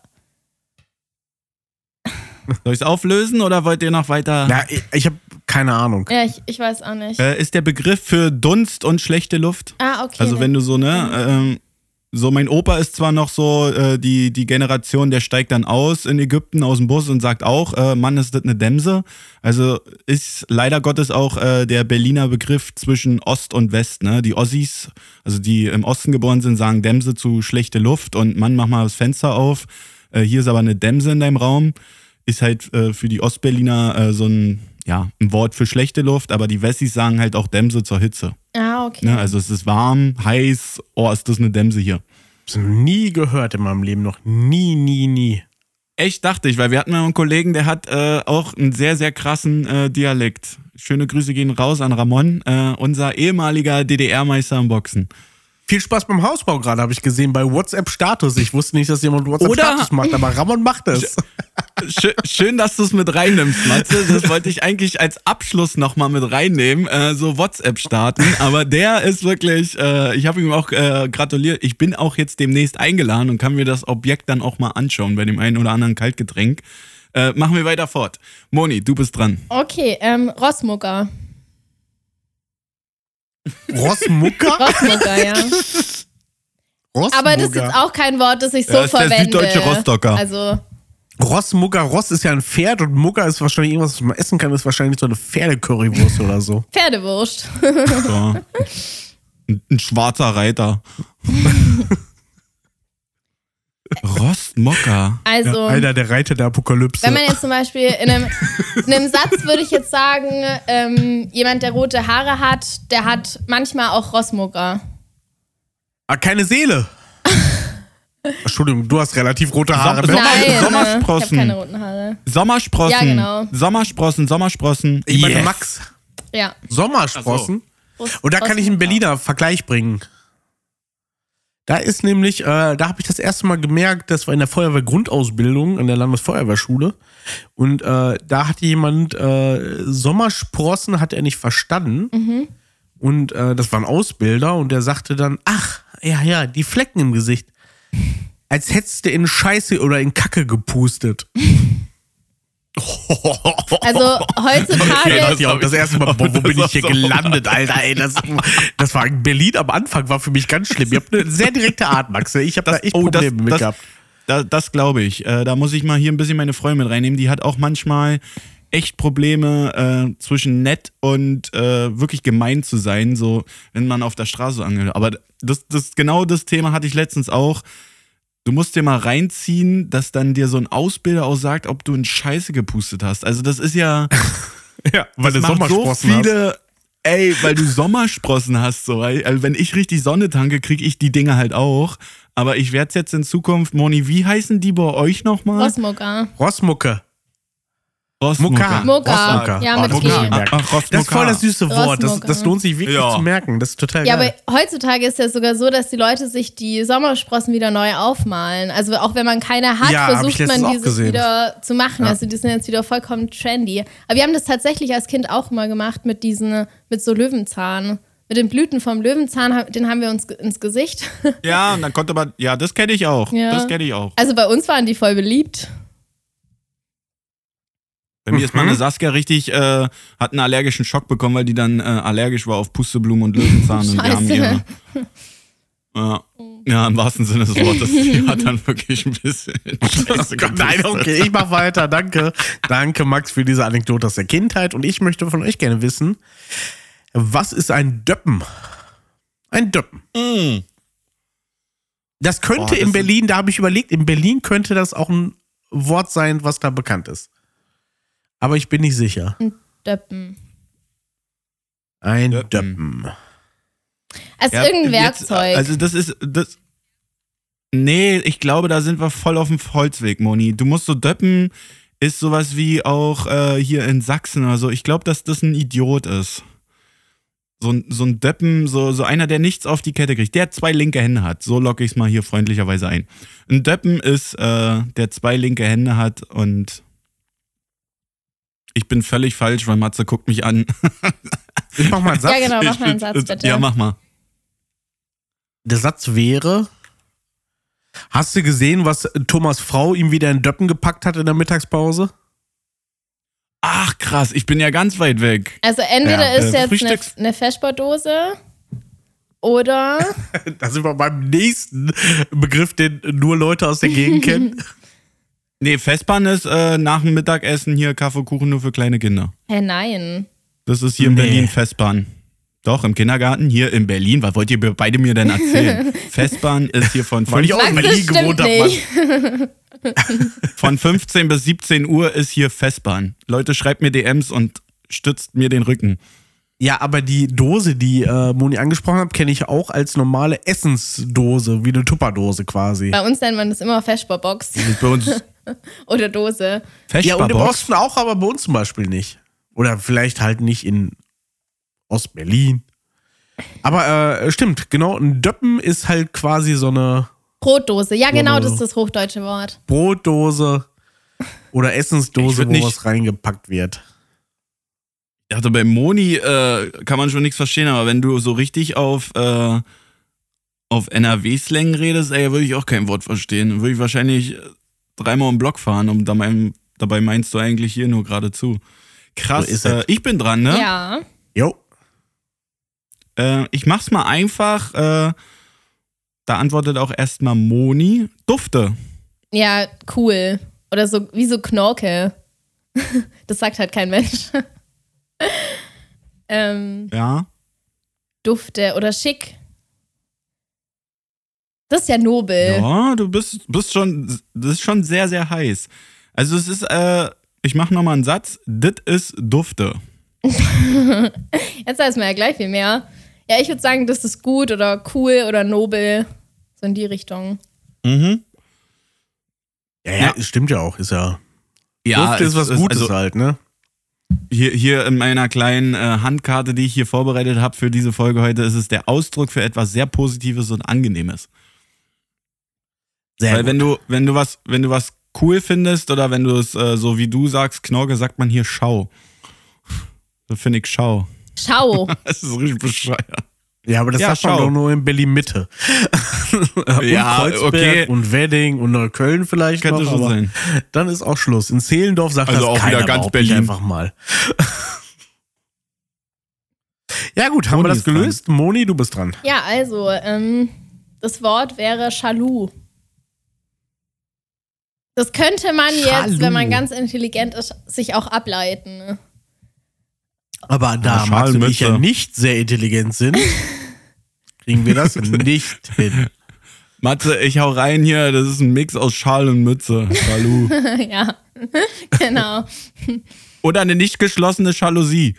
Soll ich es auflösen oder wollt ihr noch weiter? Ja, ich habe keine Ahnung. Ja, ich weiß auch nicht. Ist der Begriff für Dunst und schlechte Luft. Okay. Also wenn du so, so mein Opa ist zwar noch so die Generation, der steigt dann aus in Ägypten aus dem Bus und sagt auch, Mann, ist das eine Dämse. Also ist leider Gottes auch der Berliner Begriff zwischen Ost und West. Ne? Die Ossis, also die im Osten geboren sind, sagen Dämse zu schlechte Luft und Mann, mach mal das Fenster auf. Hier ist aber eine Dämse in deinem Raum. Ist halt für die Ostberliner so ein Wort für schlechte Luft, aber die Wessis sagen halt auch Dämse zur Hitze. Okay. Ne, also es ist warm, heiß, ist das eine Dämse hier. Das habe ich nie gehört in meinem Leben, noch nie. Echt, dachte ich, weil wir hatten mal einen Kollegen, der hat auch einen sehr, sehr krassen Dialekt. Schöne Grüße gehen raus an Ramon, unser ehemaliger DDR-Meister im Boxen. Viel Spaß beim Hausbau gerade, habe ich gesehen, bei WhatsApp-Status. Ich wusste nicht, dass jemand WhatsApp-Status macht, aber Ramon macht das. Schön, dass du es mit reinnimmst, Matze. Das wollte ich eigentlich als Abschluss nochmal mit reinnehmen, so WhatsApp starten. Aber der ist wirklich, ich habe ihm auch gratuliert. Ich bin auch jetzt demnächst eingeladen und kann mir das Objekt dann auch mal anschauen bei dem einen oder anderen Kaltgetränk. Machen wir weiter fort. Moni, du bist dran. Okay, Rossmucker. Rossmucker? Rossmucker, ja. Rossmucker. Aber das ist jetzt auch kein Wort, das ich so ist verwende. Der süddeutsche Rostocker. Also Rossmucker, Ross ist ja ein Pferd und Mucker ist wahrscheinlich irgendwas, was man essen kann, ist wahrscheinlich so eine Pferdecurrywurst oder so. Pferdewurst. So. Ein schwarzer Reiter. Rostmocker. Also, ja, einer der Reiter der Apokalypse. wenn man jetzt zum Beispiel in einem Satz würde ich jetzt sagen, jemand, der rote Haare hat, der hat manchmal auch Rossmucker. Keine Seele. Entschuldigung, du hast relativ rote Haare. Nein, ich habe Sommersprossen. keine roten Haare. Sommersprossen. Ja, genau. Sommersprossen. Ich meine, Max, Ja. Sommersprossen. Prost, Und da kann ich einen Berliner Vergleich bringen. Da ist nämlich, da habe ich das erste Mal gemerkt, das war in der Feuerwehrgrundausbildung an der Landesfeuerwehrschule. Und da hat jemand Sommersprossen hat er nicht verstanden. Mhm. Und das war ein Ausbilder und der sagte dann, ach, ja, die Flecken im Gesicht. Als hättest du in Scheiße oder in Kacke gepustet. Also heutzutage. Das erste Mal, wo bin ich hier gelandet, Alter, ey, das war in Berlin am Anfang, war für mich ganz schlimm. Ihr habt eine sehr direkte Art, Max. Ich habe da echt Probleme mit gehabt. Das glaube ich. Da muss ich mal hier ein bisschen meine Freundin mit reinnehmen. Die hat auch manchmal echt Probleme zwischen nett und wirklich gemein zu sein, so wenn man auf der Straße angehört. Aber genau das Thema hatte ich letztens auch. Du musst dir mal reinziehen, dass dann dir so ein Ausbilder auch sagt, ob du in Scheiße gepustet hast. Also das ist ja, ja, weil du macht so Sommersprossen viele, weil du Sommersprossen hast. So. Also wenn ich richtig Sonne tanke, kriege ich die Dinge halt auch. Aber ich werde es jetzt in Zukunft, Moni, wie heißen die bei euch nochmal? Rossmucker. Mucka. Ja, mit G. Das ist voll das süße Wort. Das lohnt sich wirklich zu merken. Das ist total geil. Ja, aber heutzutage ist ja sogar so, dass die Leute sich die Sommersprossen wieder neu aufmalen. Also auch wenn man keine hat, versucht man die sich wieder zu machen. Ja. Also die sind jetzt wieder vollkommen trendy. Aber wir haben das tatsächlich als Kind auch immer gemacht mit so Löwenzahn. Mit den Blüten vom Löwenzahn, den haben wir uns ins Gesicht. Ja, und dann konnte man, ja, das kenne ich auch. Ja. Das kenne ich auch. Also bei uns waren die voll beliebt. Bei mir ist meine Saskia richtig, hat einen allergischen Schock bekommen, weil die dann allergisch war auf Pusteblumen und Löwenzahn. Und wir haben ja, im wahrsten Sinne des Wortes, die hat dann wirklich ein bisschen Scheiße gemacht. Nein, okay, ich mach weiter. Danke. Danke, Max, für diese Anekdote aus der Kindheit. Und ich möchte von euch gerne wissen, was ist ein Döppen? Ein Döppen. Das könnte in Berlin, da habe ich überlegt, in Berlin könnte das auch ein Wort sein, was da bekannt ist. Aber ich bin nicht sicher. Ein Döppen. Ein Döppen. Also irgendein Werkzeug. Also das ist. Nee, ich glaube, da sind wir voll auf dem Holzweg, Moni. Du musst so Döppen, ist sowas wie auch hier in Sachsen oder so. Ich glaube, dass das ein Idiot ist. So ein Döppen, so einer, der nichts auf die Kette kriegt, der 2 linke Hände hat. So locke ich es mal hier freundlicherweise ein. Ein Döppen ist, der 2 linke Hände hat und ich bin völlig falsch, weil Matze guckt mich an. Ich mach mal einen Satz. Ja, genau, mach mal einen Satz, bitte. Ja, mach mal. Der Satz wäre: Hast du gesehen, was Thomas' Frau ihm wieder in Döppen gepackt hat in der Mittagspause? Ach krass, ich bin ja ganz weit weg. Also entweder ist jetzt eine Feschbardose oder... Da sind wir beim nächsten Begriff, den nur Leute aus der Gegend kennen. Nee, Vespan ist nach dem Mittagessen hier Kaffee, Kuchen nur für kleine Kinder. Hä, nein. Das ist hier in Berlin Vespan. Doch, im Kindergarten hier in Berlin. Was wollt ihr beide mir denn erzählen? Vespan ist hier von 15 bis 17 Uhr ist hier Vespan. Leute, schreibt mir DMs und stützt mir den Rücken. Ja, aber die Dose, die Moni angesprochen hat, kenne ich auch als normale Essensdose, wie eine Tupperdose quasi. Bei uns nennt man das immer Feschbarbox. Bei uns oder Dose. Ja, und im Osten auch, aber bei uns zum Beispiel nicht. Oder vielleicht halt nicht in Ostberlin. Aber stimmt, genau, ein Döppen ist halt quasi so eine Brotdose, ja genau, das ist das hochdeutsche Wort. Brotdose oder Essensdose, wo was reingepackt wird. Also bei Moni kann man schon nichts verstehen, aber wenn du so richtig auf NRW-Slang redest, würde ich auch kein Wort verstehen. Würde ich wahrscheinlich 3-mal im Block fahren und dabei meinst du eigentlich hier nur geradezu. Krass, so ich bin dran, ne? Ja. Jo. Ich mach's mal einfach. Da antwortet auch erstmal Moni. Dufte. Ja, cool. Oder so wie so Knorke. Das sagt halt kein Mensch. Ja. Dufte oder schick. Das ist ja nobel. Ja, du bist schon, das ist schon sehr, sehr heiß. Also es ist, ich mach nochmal einen Satz. Das ist Dufte. Jetzt weiß man ja gleich viel mehr. Ja, ich würde sagen, das ist gut oder cool oder nobel. So in die Richtung. Mhm. Ja, stimmt ja auch. Ist ja. Luft ist was Gutes also, halt, ne? Hier in meiner kleinen Handkarte, die ich hier vorbereitet habe für diese Folge heute, ist es der Ausdruck für etwas sehr Positives und Angenehmes. Sehr Weil gut. wenn du was cool findest oder wenn du es so wie du sagst, Knorke, sagt man hier Schau. So finde ich Schau. Schau. Das ist richtig bescheuert. Ja, aber das sagt man doch nur in Berlin-Mitte. Ja, Kreuzberg okay. Und Wedding und Neukölln vielleicht könnte noch, schon sein. Dann ist auch Schluss. In Zehlendorf sagt also das auch keiner, wieder ganz Berlin. Einfach mal. Ja gut, haben wir das gelöst? Dran. Moni, du bist dran. Ja, also, das Wort wäre Jaloux. Das könnte man jetzt, wenn man ganz intelligent ist, sich auch ableiten. Ne? Aber da Max und ich ja nicht sehr intelligent sind, kriegen wir das nicht hin. Matze, ich hau rein hier, das ist ein Mix aus Schal und Mütze. Jaloux. Ja, genau. Oder eine nicht geschlossene Jalousie.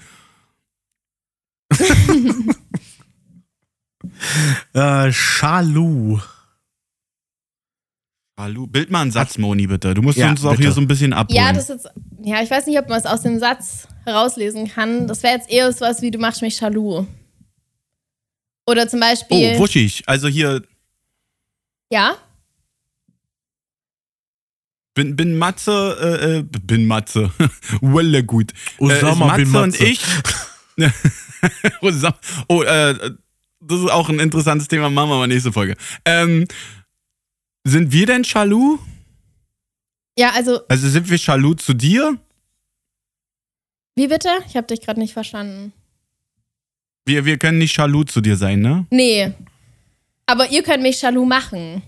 Jaloux. Bild mal einen Satz, Moni, bitte. Du musst uns auch hier so ein bisschen abholen. Ja, ich weiß nicht, ob man es aus dem Satz herauslesen kann. Das wäre jetzt eher sowas wie, du machst mich jaloux. Oder zum Beispiel... Oh, wuschig. Also hier... Ja? Bin Matze... Welle gut. Osama bin Matze. Und ich... das ist auch ein interessantes Thema. Machen wir mal nächste Folge. Sind wir denn jaloux? Ja, also... Also sind wir jaloux zu dir? Wie bitte? Ich habe dich gerade nicht verstanden. Wir können nicht jaloux zu dir sein, ne? Nee. Aber ihr könnt mich jaloux machen.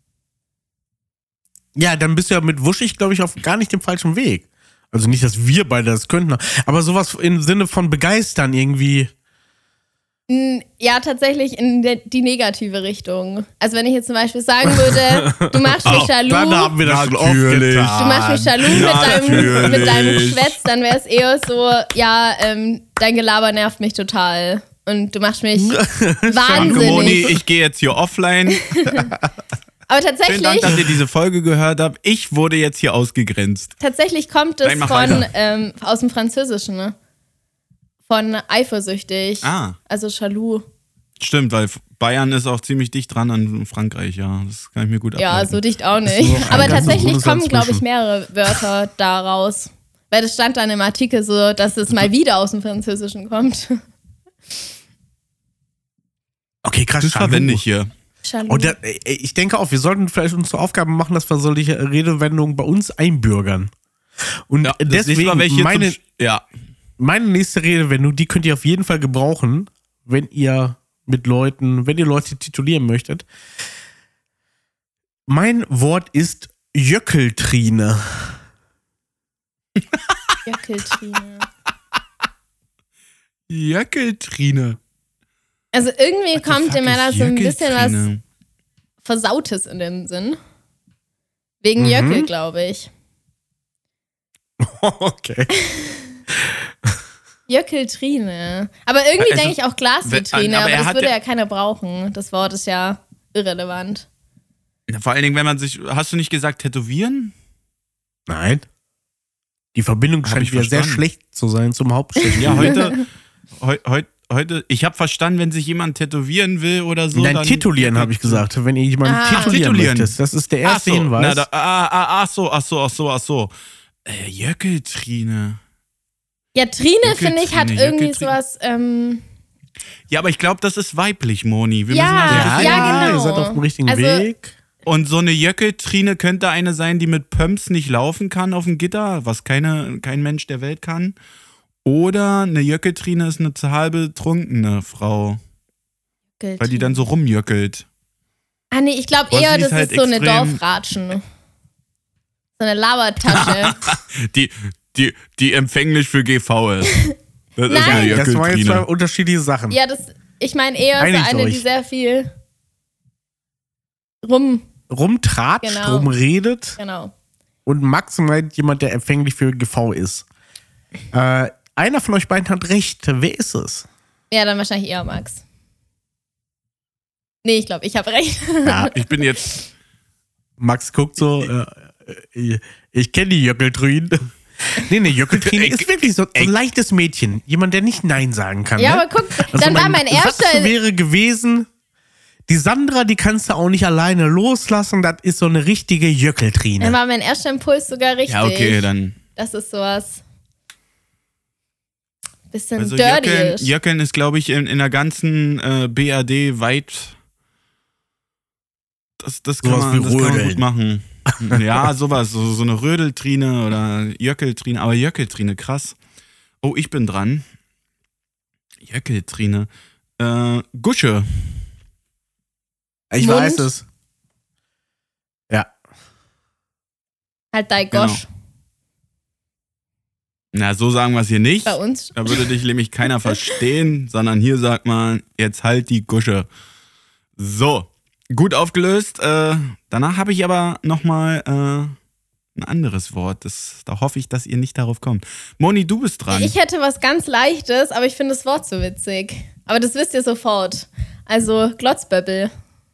Ja, dann bist du ja mit wuschig, glaube ich, auf gar nicht dem falschen Weg. Also nicht, dass wir beide das könnten, aber sowas im Sinne von begeistern irgendwie. Ja, tatsächlich in die negative Richtung. Also wenn ich jetzt zum Beispiel sagen würde, du machst mich jaloux. Dann haben wir das schon oft getan. Du machst mich jaloux mit deinem Geschwätz, dann wäre es eher so, ja, dein Gelaber nervt mich total. Und du machst mich wahnsinnig. Moni, ich gehe jetzt hier offline. Aber tatsächlich... Vielen Dank, dass ihr diese Folge gehört habt. Ich wurde jetzt hier ausgegrenzt. Tatsächlich kommt es aus dem Französischen, ne? Von eifersüchtig. Also jaloux. Stimmt, weil Bayern ist auch ziemlich dicht dran an Frankreich, ja. Das kann ich mir gut ableiten. Ja, so dicht auch nicht. Aber tatsächlich kommen, glaube ich, mehrere Wörter daraus. Weil das stand dann im Artikel so, dass es mal wieder aus dem Französischen kommt. Okay, krass. Das verwende ich hier. Und ich denke auch, wir sollten vielleicht uns zur Aufgabe machen, dass wir solche Redewendungen bei uns einbürgern. Und deswegen meine nächste Redewendung, die könnt ihr auf jeden Fall gebrauchen, wenn ihr Leute titulieren möchtet. Mein Wort ist Jöckeltrine. Jöckeltrine. Jöckeltrine. Also irgendwie kommt mir da so ein bisschen was Versautes in den Sinn. Wegen Jöckel, glaube ich. Okay. Jöckeltrine. Aber irgendwie denke ich auch Glasvitrine, aber das würde ja keiner brauchen. Das Wort ist ja irrelevant. Vor allen Dingen, wenn man sich... Hast du nicht gesagt tätowieren? Nein. Die Verbindung scheint wieder sehr schlecht zu sein zum Hauptstädtchen. Ja, heute, ich habe verstanden, wenn sich jemand tätowieren will oder so. Nein, titulieren habe ich gesagt. Wenn ihr jemanden titulieren möchtet, das ist der erste Hinweis. Ach so. Jöckeltrine. Ja, Trine, finde ich, hat irgendwie sowas. Ja, aber ich glaube, das ist weiblich, Moni. Wir müssen genau. Ihr seid auf dem richtigen Weg. Und so eine Jöckeltrine könnte eine sein, die mit Pumps nicht laufen kann auf dem Gitter, was kein Mensch der Welt kann. Oder eine Jöckeltrine ist eine halb betrunkene Frau. Weil die dann so rumjöckelt. Ah nee, ich glaube eher, das ist so eine Dorfratschen. So eine Labertasche. die empfänglich für GV ist. Das ist eine Jöckeltrine. Das waren jetzt zwei unterschiedliche Sachen. Ja, ich meine eher so eine, die sehr viel rumtratscht, rumredet. Genau. Und Max meint jemand, der empfänglich für GV ist. Einer von euch beiden hat recht. Wer ist es? Ja, dann wahrscheinlich eher Max. Nee, ich glaube, ich habe recht. Ja, ich bin jetzt Max guckt so, ich kenne die Jöckeltrien. Nee, Jöckeltrine ist wirklich so ein leichtes Mädchen. Jemand, der nicht Nein sagen kann. Ja, ne? aber guck, also dann war mein erster... Satz wäre gewesen, die Sandra, die kannst du auch nicht alleine loslassen. Das ist so eine richtige Jöckeltrine. Dann war mein erster Impuls sogar richtig. Ja, okay, dann... Das ist sowas... Bisschen also dirty. Jöckeln ist, glaube ich, in der ganzen BRD weit... Das kann man gut machen. Ja, sowas, so eine Rödeltrine oder Jöckeltrine, aber Jöckeltrine, krass. Oh, ich bin dran. Jöckeltrine. Gusche. Ich weiß es. Ja. Halt dein Gosch. Genau. Na, so sagen wir es hier nicht. Bei uns. Da würde dich nämlich keiner verstehen, sondern hier sagt man, jetzt halt die Gusche. So. Gut aufgelöst. Danach habe ich aber nochmal ein anderes Wort. Da hoffe ich, dass ihr nicht darauf kommt. Moni, du bist dran. Ich hätte was ganz Leichtes, aber ich finde das Wort so witzig. Aber das wisst ihr sofort. Also Glotzböbbel.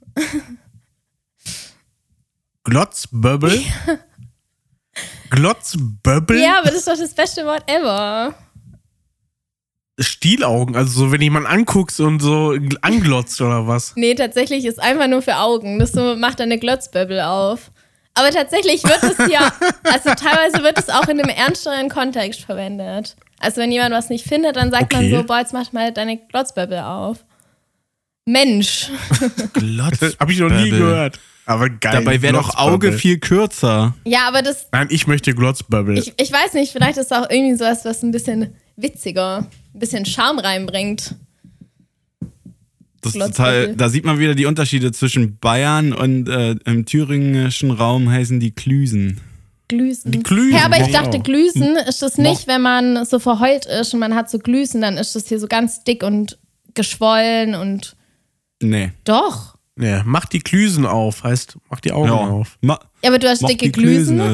Glotzböbbel? Ja. Glotzböbbel? Ja, aber das ist doch das beste Wort ever. Stielaugen, also so, wenn jemand anguckst und so anglotzt oder was? Nee, tatsächlich ist einfach nur für Augen. Das so macht eine Glotzböbbel auf. Aber tatsächlich wird es ja, also teilweise wird es auch in einem ernsteren Kontext verwendet. Also wenn jemand was nicht findet, dann sagt man so, boah, jetzt mach mal deine Glotzböbbel auf. Mensch. Glotzböbbel. Hab ich noch nie gehört. Aber geil. Dabei wäre doch Auge viel kürzer. Ja, aber das... Nein, ich möchte Glotzböbbel. Ich weiß nicht, vielleicht ist es auch irgendwie sowas, was ein bisschen witziger, ein bisschen Charme reinbringt. Das ist total, da sieht man wieder die Unterschiede zwischen Bayern und im thüringischen Raum heißen die Klüsen. Glüsen. Die Glüsen. Ja, aber ich dachte, Glüsen ist das nicht, wenn man so verheult ist und man hat so Glüsen, dann ist das hier so ganz dick und geschwollen und... Nee. Doch. Ja, mach die Klüsen auf, heißt, mach die Augen auf. Ja, aber du hast dicke Glüsen.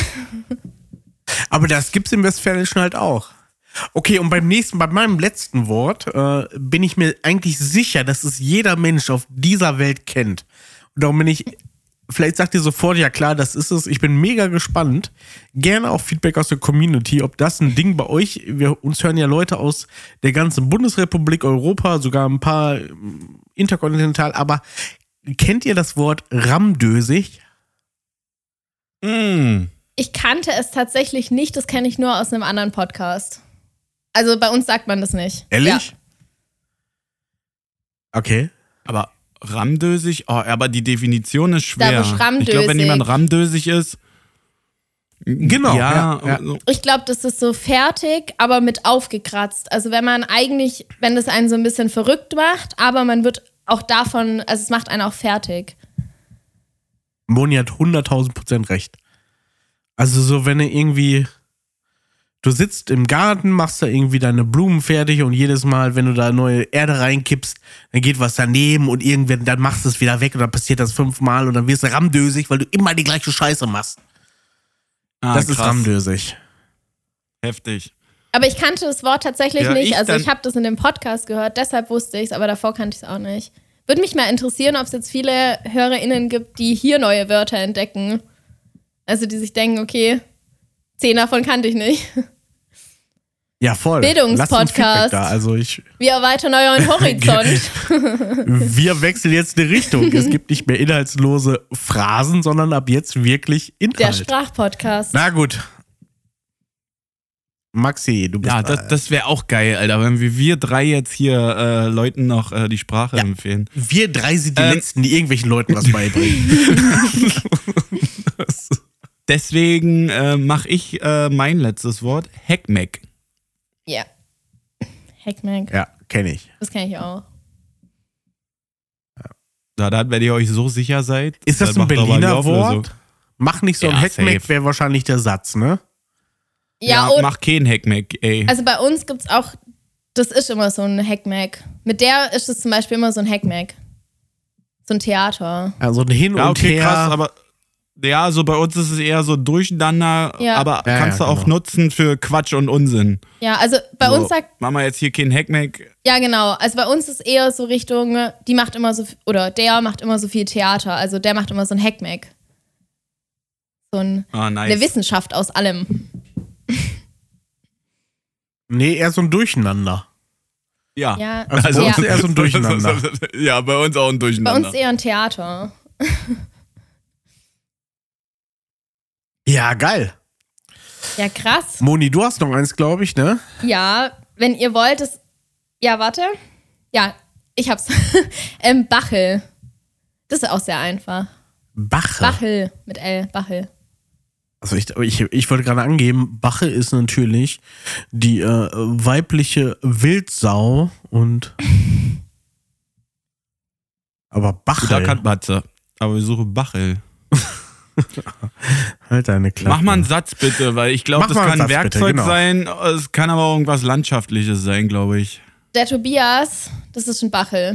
Aber das gibt's im Westfälischen halt auch. Okay, und bei meinem letzten Wort bin ich mir eigentlich sicher, dass es jeder Mensch auf dieser Welt kennt. Und darum bin ich, vielleicht sagt ihr sofort, ja klar, das ist es. Ich bin mega gespannt. Gerne auch Feedback aus der Community, ob das ein Ding bei euch, uns hören ja Leute aus der ganzen Bundesrepublik, Europa, sogar ein paar interkontinental, aber kennt ihr das Wort ramdösig? Ich kannte es tatsächlich nicht, das kenne ich nur aus einem anderen Podcast. Also bei uns sagt man das nicht. Ehrlich? Ja. Okay. Aber ramdösig? Oh, aber die Definition ist schwer. Ich glaube, wenn jemand ramdösig ist... Genau. Ja. Ich glaube, das ist so fertig, aber mit aufgekratzt. Also wenn das einen so ein bisschen verrückt macht, aber man wird auch davon, also es macht einen auch fertig. Moni hat 100.000% recht. Also so, wenn du sitzt im Garten, machst da irgendwie deine Blumen fertig und jedes Mal, wenn du da neue Erde reinkippst, dann geht was daneben und irgendwann, dann machst du es wieder weg und dann passiert das 5-mal und dann wirst du ramdösig, weil du immer die gleiche Scheiße machst. Das ist ramdösig. Heftig. Aber ich kannte das Wort tatsächlich nicht. Also ich habe das in dem Podcast gehört, deshalb wusste ich es, aber davor kannte ich es auch nicht. Würde mich mal interessieren, ob es jetzt viele HörerInnen gibt, die hier neue Wörter entdecken. Also die sich denken, okay, 10 davon kannte ich nicht. Ja, voll. Bildungspodcast. Wir erweitern euren Horizont. Wir wechseln jetzt die Richtung. Es gibt nicht mehr inhaltslose Phrasen, sondern ab jetzt wirklich Inhalt. Der Sprachpodcast. Na gut. Maxi, du bist... Ja, das wäre auch geil, Alter, wenn wir 3 jetzt hier Leuten noch die Sprache empfehlen. Wir 3 sind die Letzten, die irgendwelchen Leuten was beibringen. Deswegen mache ich mein letztes Wort, Heckmeck. Ja. Heckmeck. Ja, kenne ich. Das kenne ich auch. Ja, dann, wenn ihr euch so sicher seid. Ist das ein Berliner Wort? Mach nicht so ein Heckmeck, wäre wahrscheinlich der Satz, ne? Ja, mach kein Heckmeck, ey. Also bei uns gibt's auch, das ist immer so ein Heckmeck. Mit der ist es zum Beispiel immer so ein Heckmeck. So ein Theater. Also ein Hin und Her. Krass, aber ja, so bei uns ist es eher so durcheinander, aber kannst du auch nutzen für Quatsch und Unsinn. Ja, also bei uns sagt... Machen wir jetzt hier kein Heckmeck. Ja, genau. Also bei uns ist eher so Richtung, die macht immer so, oder der macht immer so viel Theater. Also der macht immer so ein Heckmeck. eine Wissenschaft aus allem. Nee, eher so ein Durcheinander. Ja. Also bei uns eher so ein Durcheinander. Ja, bei uns auch ein Durcheinander. Bei uns eher ein Theater. Ja, geil. Ja, krass. Moni, du hast noch eins, glaube ich, ne? Ja, wenn ihr wollt, ja, warte. Ja, ich hab's. Bachel. Das ist auch sehr einfach. Bachel mit L, Bachel. Also ich wollte gerade angeben, Bache ist natürlich die weibliche Wildsau und aber Bachel. Da kann Matze, aber wir suchen Bachel. Halt deine Klappe. Mach mal einen Satz bitte, weil ich glaube, das kann ein Werkzeug sein, es kann aber auch irgendwas Landschaftliches sein, glaube ich. Der Tobias, das ist ein Bachel.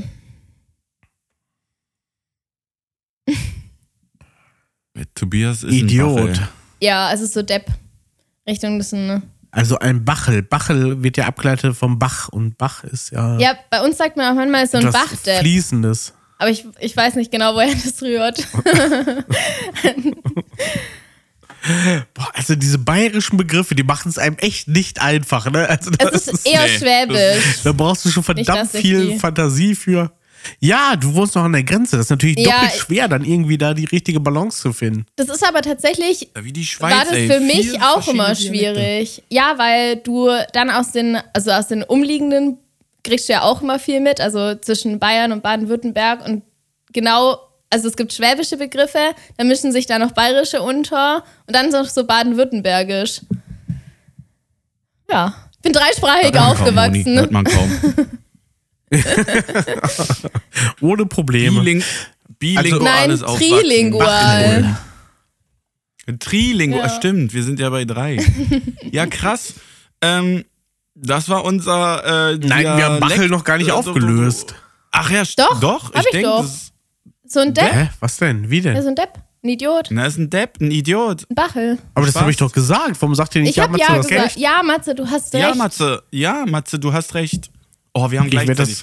Tobias ist Idiot. Ein Bachel. Ja, es ist so Depp. Richtung des. Also ein Bachel. Bachel wird ja abgeleitet vom Bach und Bach ist ja. Ja, bei uns sagt man auch manchmal so ein Bachdepp. Fließendes. Aber ich weiß nicht genau, woher das rührt. Boah, also diese bayerischen Begriffe, die machen es einem echt nicht einfach, ne? Also es ist eher Schwäbisch. Da brauchst du schon verdammt viel Fantasie für. Ja, du wohnst noch an der Grenze. Das ist natürlich doppelt schwer, dann irgendwie da die richtige Balance zu finden. Das ist aber tatsächlich, wie die Schweiz, war das für mich auch immer schwierig. Ja, weil du dann aus den umliegenden kriegst du ja auch immer viel mit, also zwischen Bayern und Baden-Württemberg und genau, also es gibt schwäbische Begriffe, dann mischen sich da noch bayerische unter und dann noch so baden-württembergisch. Ja, ich bin dreisprachig aufgewachsen. Hört man kaum. Ohne Probleme. Bilingual ist auch trilingual. Trilingual, stimmt, wir sind ja bei 3. Ja, krass. Das war unser Nein, wir haben Bachel noch gar nicht aufgelöst. Ach ja, doch. Ich denke, so ein Depp. Hä? Was denn? Wie denn? Ja, so ein Depp. Ein Idiot. Na, ist ein Depp, ein Idiot. Ein Bachel. Aber das habe ich doch gesagt. Warum sagt ihr nicht, Matze, du hast recht? Ja, Matze, du hast recht. Ja, Matze, du hast recht. Oh, wir haben gleichzeitig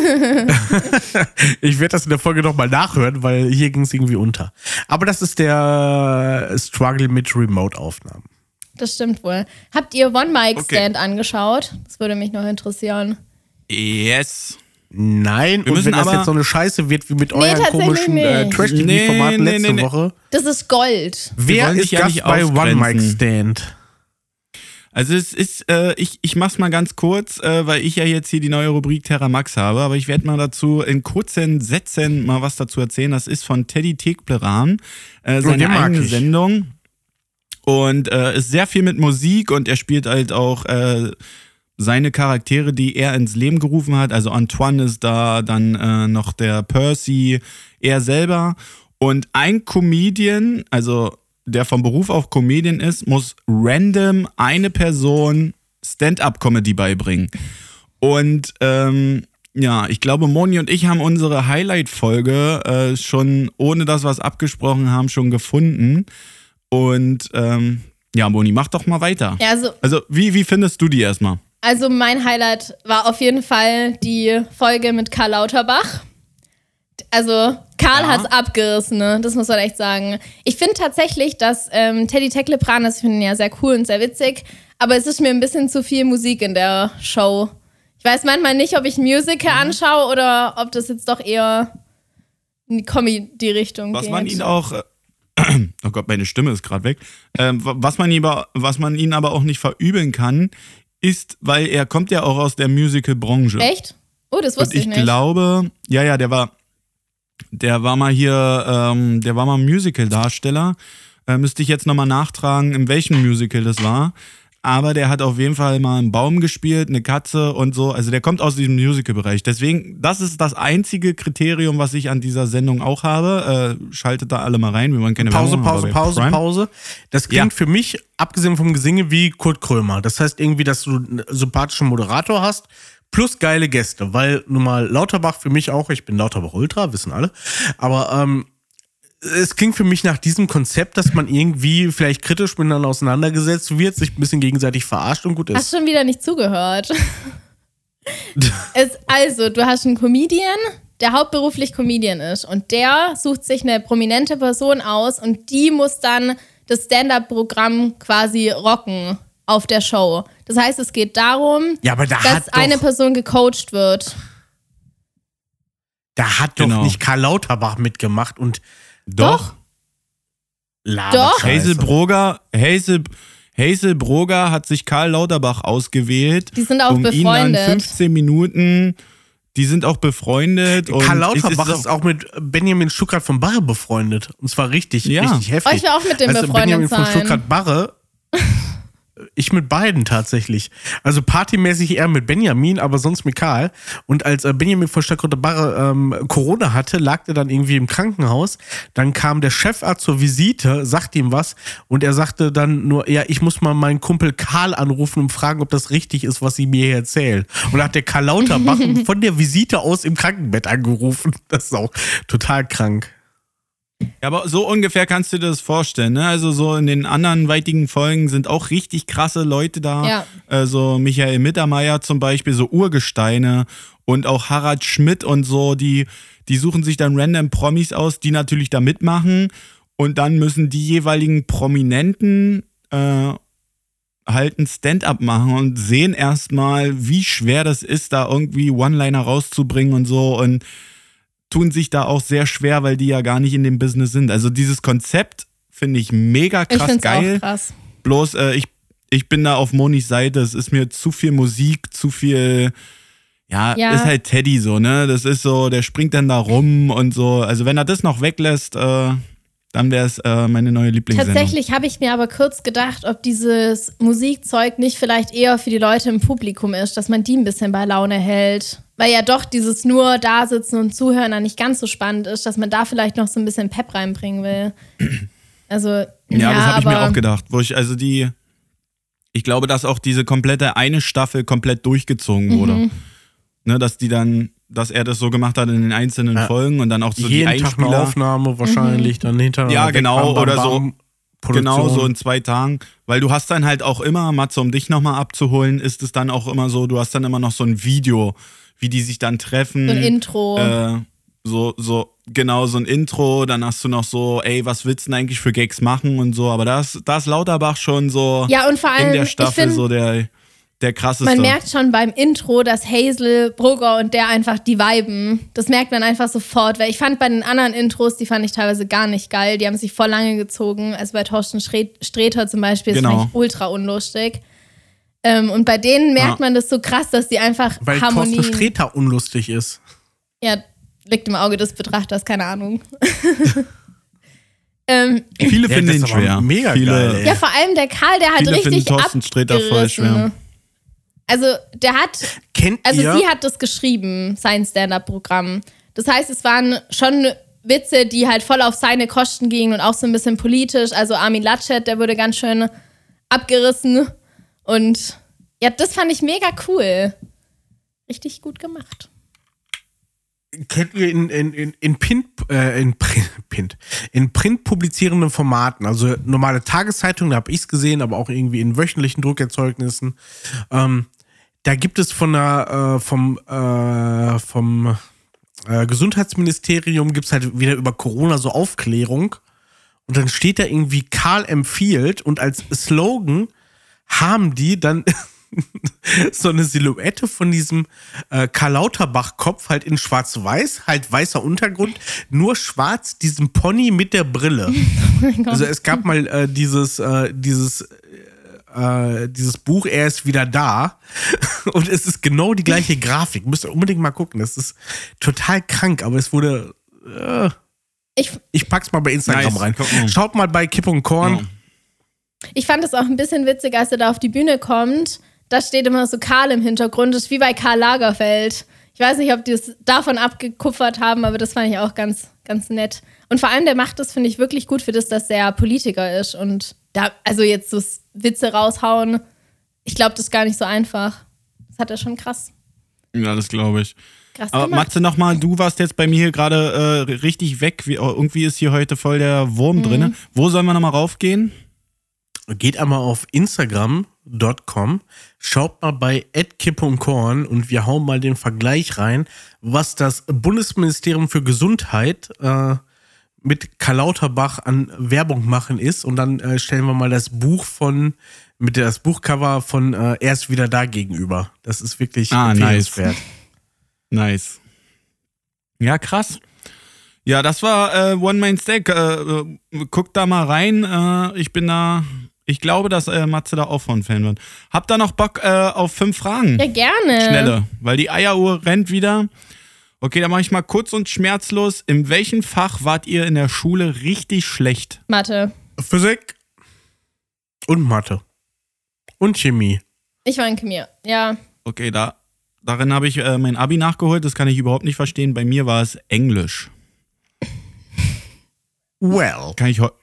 Ich werde das in der Folge nochmal nachhören, weil hier ging es irgendwie unter. Aber das ist der Struggle mit Remote-Aufnahmen. Das stimmt wohl. Habt ihr One Mic Stand angeschaut? Das würde mich noch interessieren. Yes. Nein, und wenn das jetzt so eine Scheiße wird wie mit euren komischen Trash-TV-Formaten letzte Woche. Das ist Gold. Wer ist Gast bei One Mic Stand? Also es ist, ich mach's mal ganz kurz, weil ich ja jetzt hier die neue Rubrik Terra Max habe, aber ich werde mal dazu in kurzen Sätzen mal was dazu erzählen. Das ist von Teddy Tekleran, seine eigene Sendung und ist sehr viel mit Musik und er spielt halt auch seine Charaktere, die er ins Leben gerufen hat. Also Antoine ist da, dann noch der Percy, er selber und ein Comedian, also der vom Beruf auch Comedian ist, muss random eine Person Stand-up-Comedy beibringen. Und ich glaube, Moni und ich haben unsere Highlight-Folge schon, ohne dass wir es abgesprochen haben, schon gefunden. Und Moni, mach doch mal weiter. Ja, also wie findest du die erstmal? Also mein Highlight war auf jeden Fall die Folge mit Karl Lauterbach. Also Karl hat's abgerissen, ne? Das muss man echt sagen. Ich finde tatsächlich, dass Teddy Tekleran, ich finde ihn ja sehr cool und sehr witzig, aber es ist mir ein bisschen zu viel Musik in der Show. Ich weiß manchmal nicht, ob ich ein Musical anschaue oder ob das jetzt doch eher in die Comedy-Richtung geht. Was man ihn auch, oh Gott, meine Stimme ist gerade weg, was man ihn aber auch nicht verübeln kann, ist, weil er kommt ja auch aus der Musical-Branche. Echt? Oh, das wusste ich nicht. Ich glaube, der war mal hier, der war mal Musical-Darsteller. Müsste ich jetzt nochmal nachtragen, in welchem Musical das war. Aber der hat auf jeden Fall mal einen Baum gespielt, eine Katze und so. Also der kommt aus diesem Musical-Bereich. Deswegen, das ist das einzige Kriterium, was ich an dieser Sendung auch habe. Schaltet da alle mal rein, wir wollen keine Pause. Das klingt für mich, abgesehen vom Gesinge, wie Kurt Krömer. Das heißt irgendwie, dass du einen sympathischen Moderator hast, plus geile Gäste. Weil nun mal Lauterbach für mich auch, ich bin Lauterbach Ultra, wissen alle. Aber es klingt für mich nach diesem Konzept, dass man irgendwie vielleicht kritisch miteinander auseinandergesetzt wird, sich ein bisschen gegenseitig verarscht und gut ist. Hast schon wieder nicht zugehört. Also, du hast einen Comedian, der hauptberuflich Comedian ist und der sucht sich eine prominente Person aus und die muss dann das Stand-up-Programm quasi rocken auf der Show. Das heißt, es geht darum, dass eine Person gecoacht wird. Da hat doch nicht Karl Lauterbach mitgemacht und Doch. Hazel Broger hat sich Karl Lauterbach ausgewählt. Die sind auch befreundet. Ihn dann 15 Minuten, die sind auch befreundet. Karl Lauterbach ist auch mit Benjamin Stuckrad von Barre befreundet. Und zwar richtig heftig. Ich will auch mit dem befreundet Benjamin sein. von Stuckrad Barre. Ich mit beiden tatsächlich. Also partymäßig eher mit Benjamin, aber sonst mit Karl. Und als Benjamin von Stuckrad Barre Corona hatte, lag er dann irgendwie im Krankenhaus. Dann kam der Chefarzt zur Visite, sagte ihm was und er sagte dann nur, ja, ich muss mal meinen Kumpel Karl anrufen und fragen, ob das richtig ist, was sie mir hier erzählen. Und da hat der Karl Lauterbach von der Visite aus im Krankenbett angerufen. Das ist auch total krank. Ja, aber so ungefähr kannst du dir das vorstellen, ne? Also so in den anderen weitigen Folgen sind auch richtig krasse Leute da. Ja. Also Michael Mittermeier zum Beispiel, so Urgesteine und auch Harald Schmidt und so, die suchen sich dann random Promis aus, die natürlich da mitmachen und dann müssen die jeweiligen Prominenten halt ein Stand-up machen und sehen erstmal, wie schwer das ist, da irgendwie One-Liner rauszubringen und so und tun sich da auch sehr schwer, weil die ja gar nicht in dem Business sind. Also dieses Konzept finde ich mega krass geil. Auch krass. Bloß ich bin da auf Monis Seite. Es ist mir zu viel Musik, zu viel, ist halt Teddy so, ne? Das ist so, der springt dann da rum und so. Also wenn er das noch weglässt, dann wäre es meine neue Lieblingssendung. Tatsächlich habe ich mir aber kurz gedacht, ob dieses Musikzeug nicht vielleicht eher für die Leute im Publikum ist, dass man die ein bisschen bei Laune hält. Weil ja doch dieses nur da sitzen und zuhören dann nicht ganz so spannend ist, dass man da vielleicht noch so ein bisschen Pep reinbringen will. Also, das habe ich mir auch gedacht. Ich glaube, dass auch diese komplette eine Staffel komplett durchgezogen wurde. Ne, dass er das so gemacht hat in den einzelnen Folgen und dann auch so jeden die Einspieler. Tag eine Aufnahme wahrscheinlich, dann hinterher. Ja, genau, oder so. Genau, so in 2 Tagen. Weil du hast dann halt auch immer, Matze, um dich nochmal abzuholen, ist es dann auch immer so, du hast dann immer noch so ein Video, wie die sich dann treffen. So ein Intro. Genau, so ein Intro. Dann hast du noch so, ey, was willst du denn eigentlich für Gags machen und so. Aber da ist Lauterbach schon so und vor allem, in der Staffel so der krasseste. Man merkt schon beim Intro, dass Hazel Brugger und der einfach die viben. Das merkt man einfach sofort. Weil ich fand bei den anderen Intros, die fand ich teilweise gar nicht geil. Die haben sich voll lange gezogen. Also bei Thorsten Sträter zum Beispiel, das fand ich ultra unlustig. Und bei denen merkt man das so krass, dass die einfach weil Harmonien... Thorsten Sträter unlustig ist. Ja, liegt im Auge des Betrachters, keine Ahnung. Viele finden ihn schwer. Mega geil. Ja, vor allem der Karl, der hat richtig Thorsten Sträter voll schwer. Also der hat... sie hat das geschrieben, sein Stand-up-Programm. Das heißt, es waren schon Witze, die halt voll auf seine Kosten gingen und auch so ein bisschen politisch. Also Armin Laschet, der wurde ganz schön abgerissen. Und ja, das fand ich mega cool. Richtig gut gemacht. Kennt ihr in Print publizierenden Formaten, also normale Tageszeitungen, da habe ich es gesehen, aber auch irgendwie in wöchentlichen Druckerzeugnissen, da gibt es vom Gesundheitsministerium gibt es halt wieder über Corona so Aufklärung und dann steht da irgendwie Karl empfiehlt und als Slogan haben die dann so eine Silhouette von diesem Karl Lauterbach-Kopf halt in schwarz-weiß, halt weißer Untergrund, nur schwarz, diesem Pony mit der Brille. Oh also es gab mal dieses Buch, er ist wieder da und es ist genau die gleiche Grafik. Müsst ihr unbedingt mal gucken, das ist total krank, aber es wurde ich pack's mal bei Instagram rein. Schaut mal bei Kipp und Korn. Ja. Ich fand es auch ein bisschen witzig, als er da auf die Bühne kommt. Da steht immer so Karl im Hintergrund. Das ist wie bei Karl Lagerfeld. Ich weiß nicht, ob die es davon abgekupfert haben, aber das fand ich auch ganz, ganz nett. Und vor allem, der macht das, finde ich, wirklich gut für das, dass er Politiker ist. Und da, also jetzt so Witze raushauen, ich glaube, das ist gar nicht so einfach. Das hat er schon krass. Ja, das glaube ich. Krass aber gemacht. Matze, nochmal, du warst jetzt bei mir hier gerade richtig weg. Irgendwie ist hier heute voll der Wurm drin. Wo sollen wir nochmal raufgehen? Geht einmal auf Instagram.com, schaut mal bei @kipp&korn und wir hauen mal den Vergleich rein, was das Bundesministerium für Gesundheit mit Karl Lauterbach an Werbung machen ist und dann stellen wir mal das Buchcover von Er ist wieder da gegenüber. Das ist wirklich empfehlenswert. Nice. Ja, krass. Ja, das war One Man Steak. Guckt da mal rein. Ich glaube, dass Matze da auch von Fan wird. Habt ihr noch Bock auf 5 Fragen? Ja, gerne. Schnelle, weil die Eieruhr rennt wieder. Okay, dann mache ich mal kurz und schmerzlos. In welchem Fach wart ihr in der Schule richtig schlecht? Mathe. Physik und Mathe. Und Chemie. Ich war in Chemie, ja. Okay, darin habe ich mein Abi nachgeholt. Das kann ich überhaupt nicht verstehen. Bei mir war es Englisch. Well. Kann ich heute...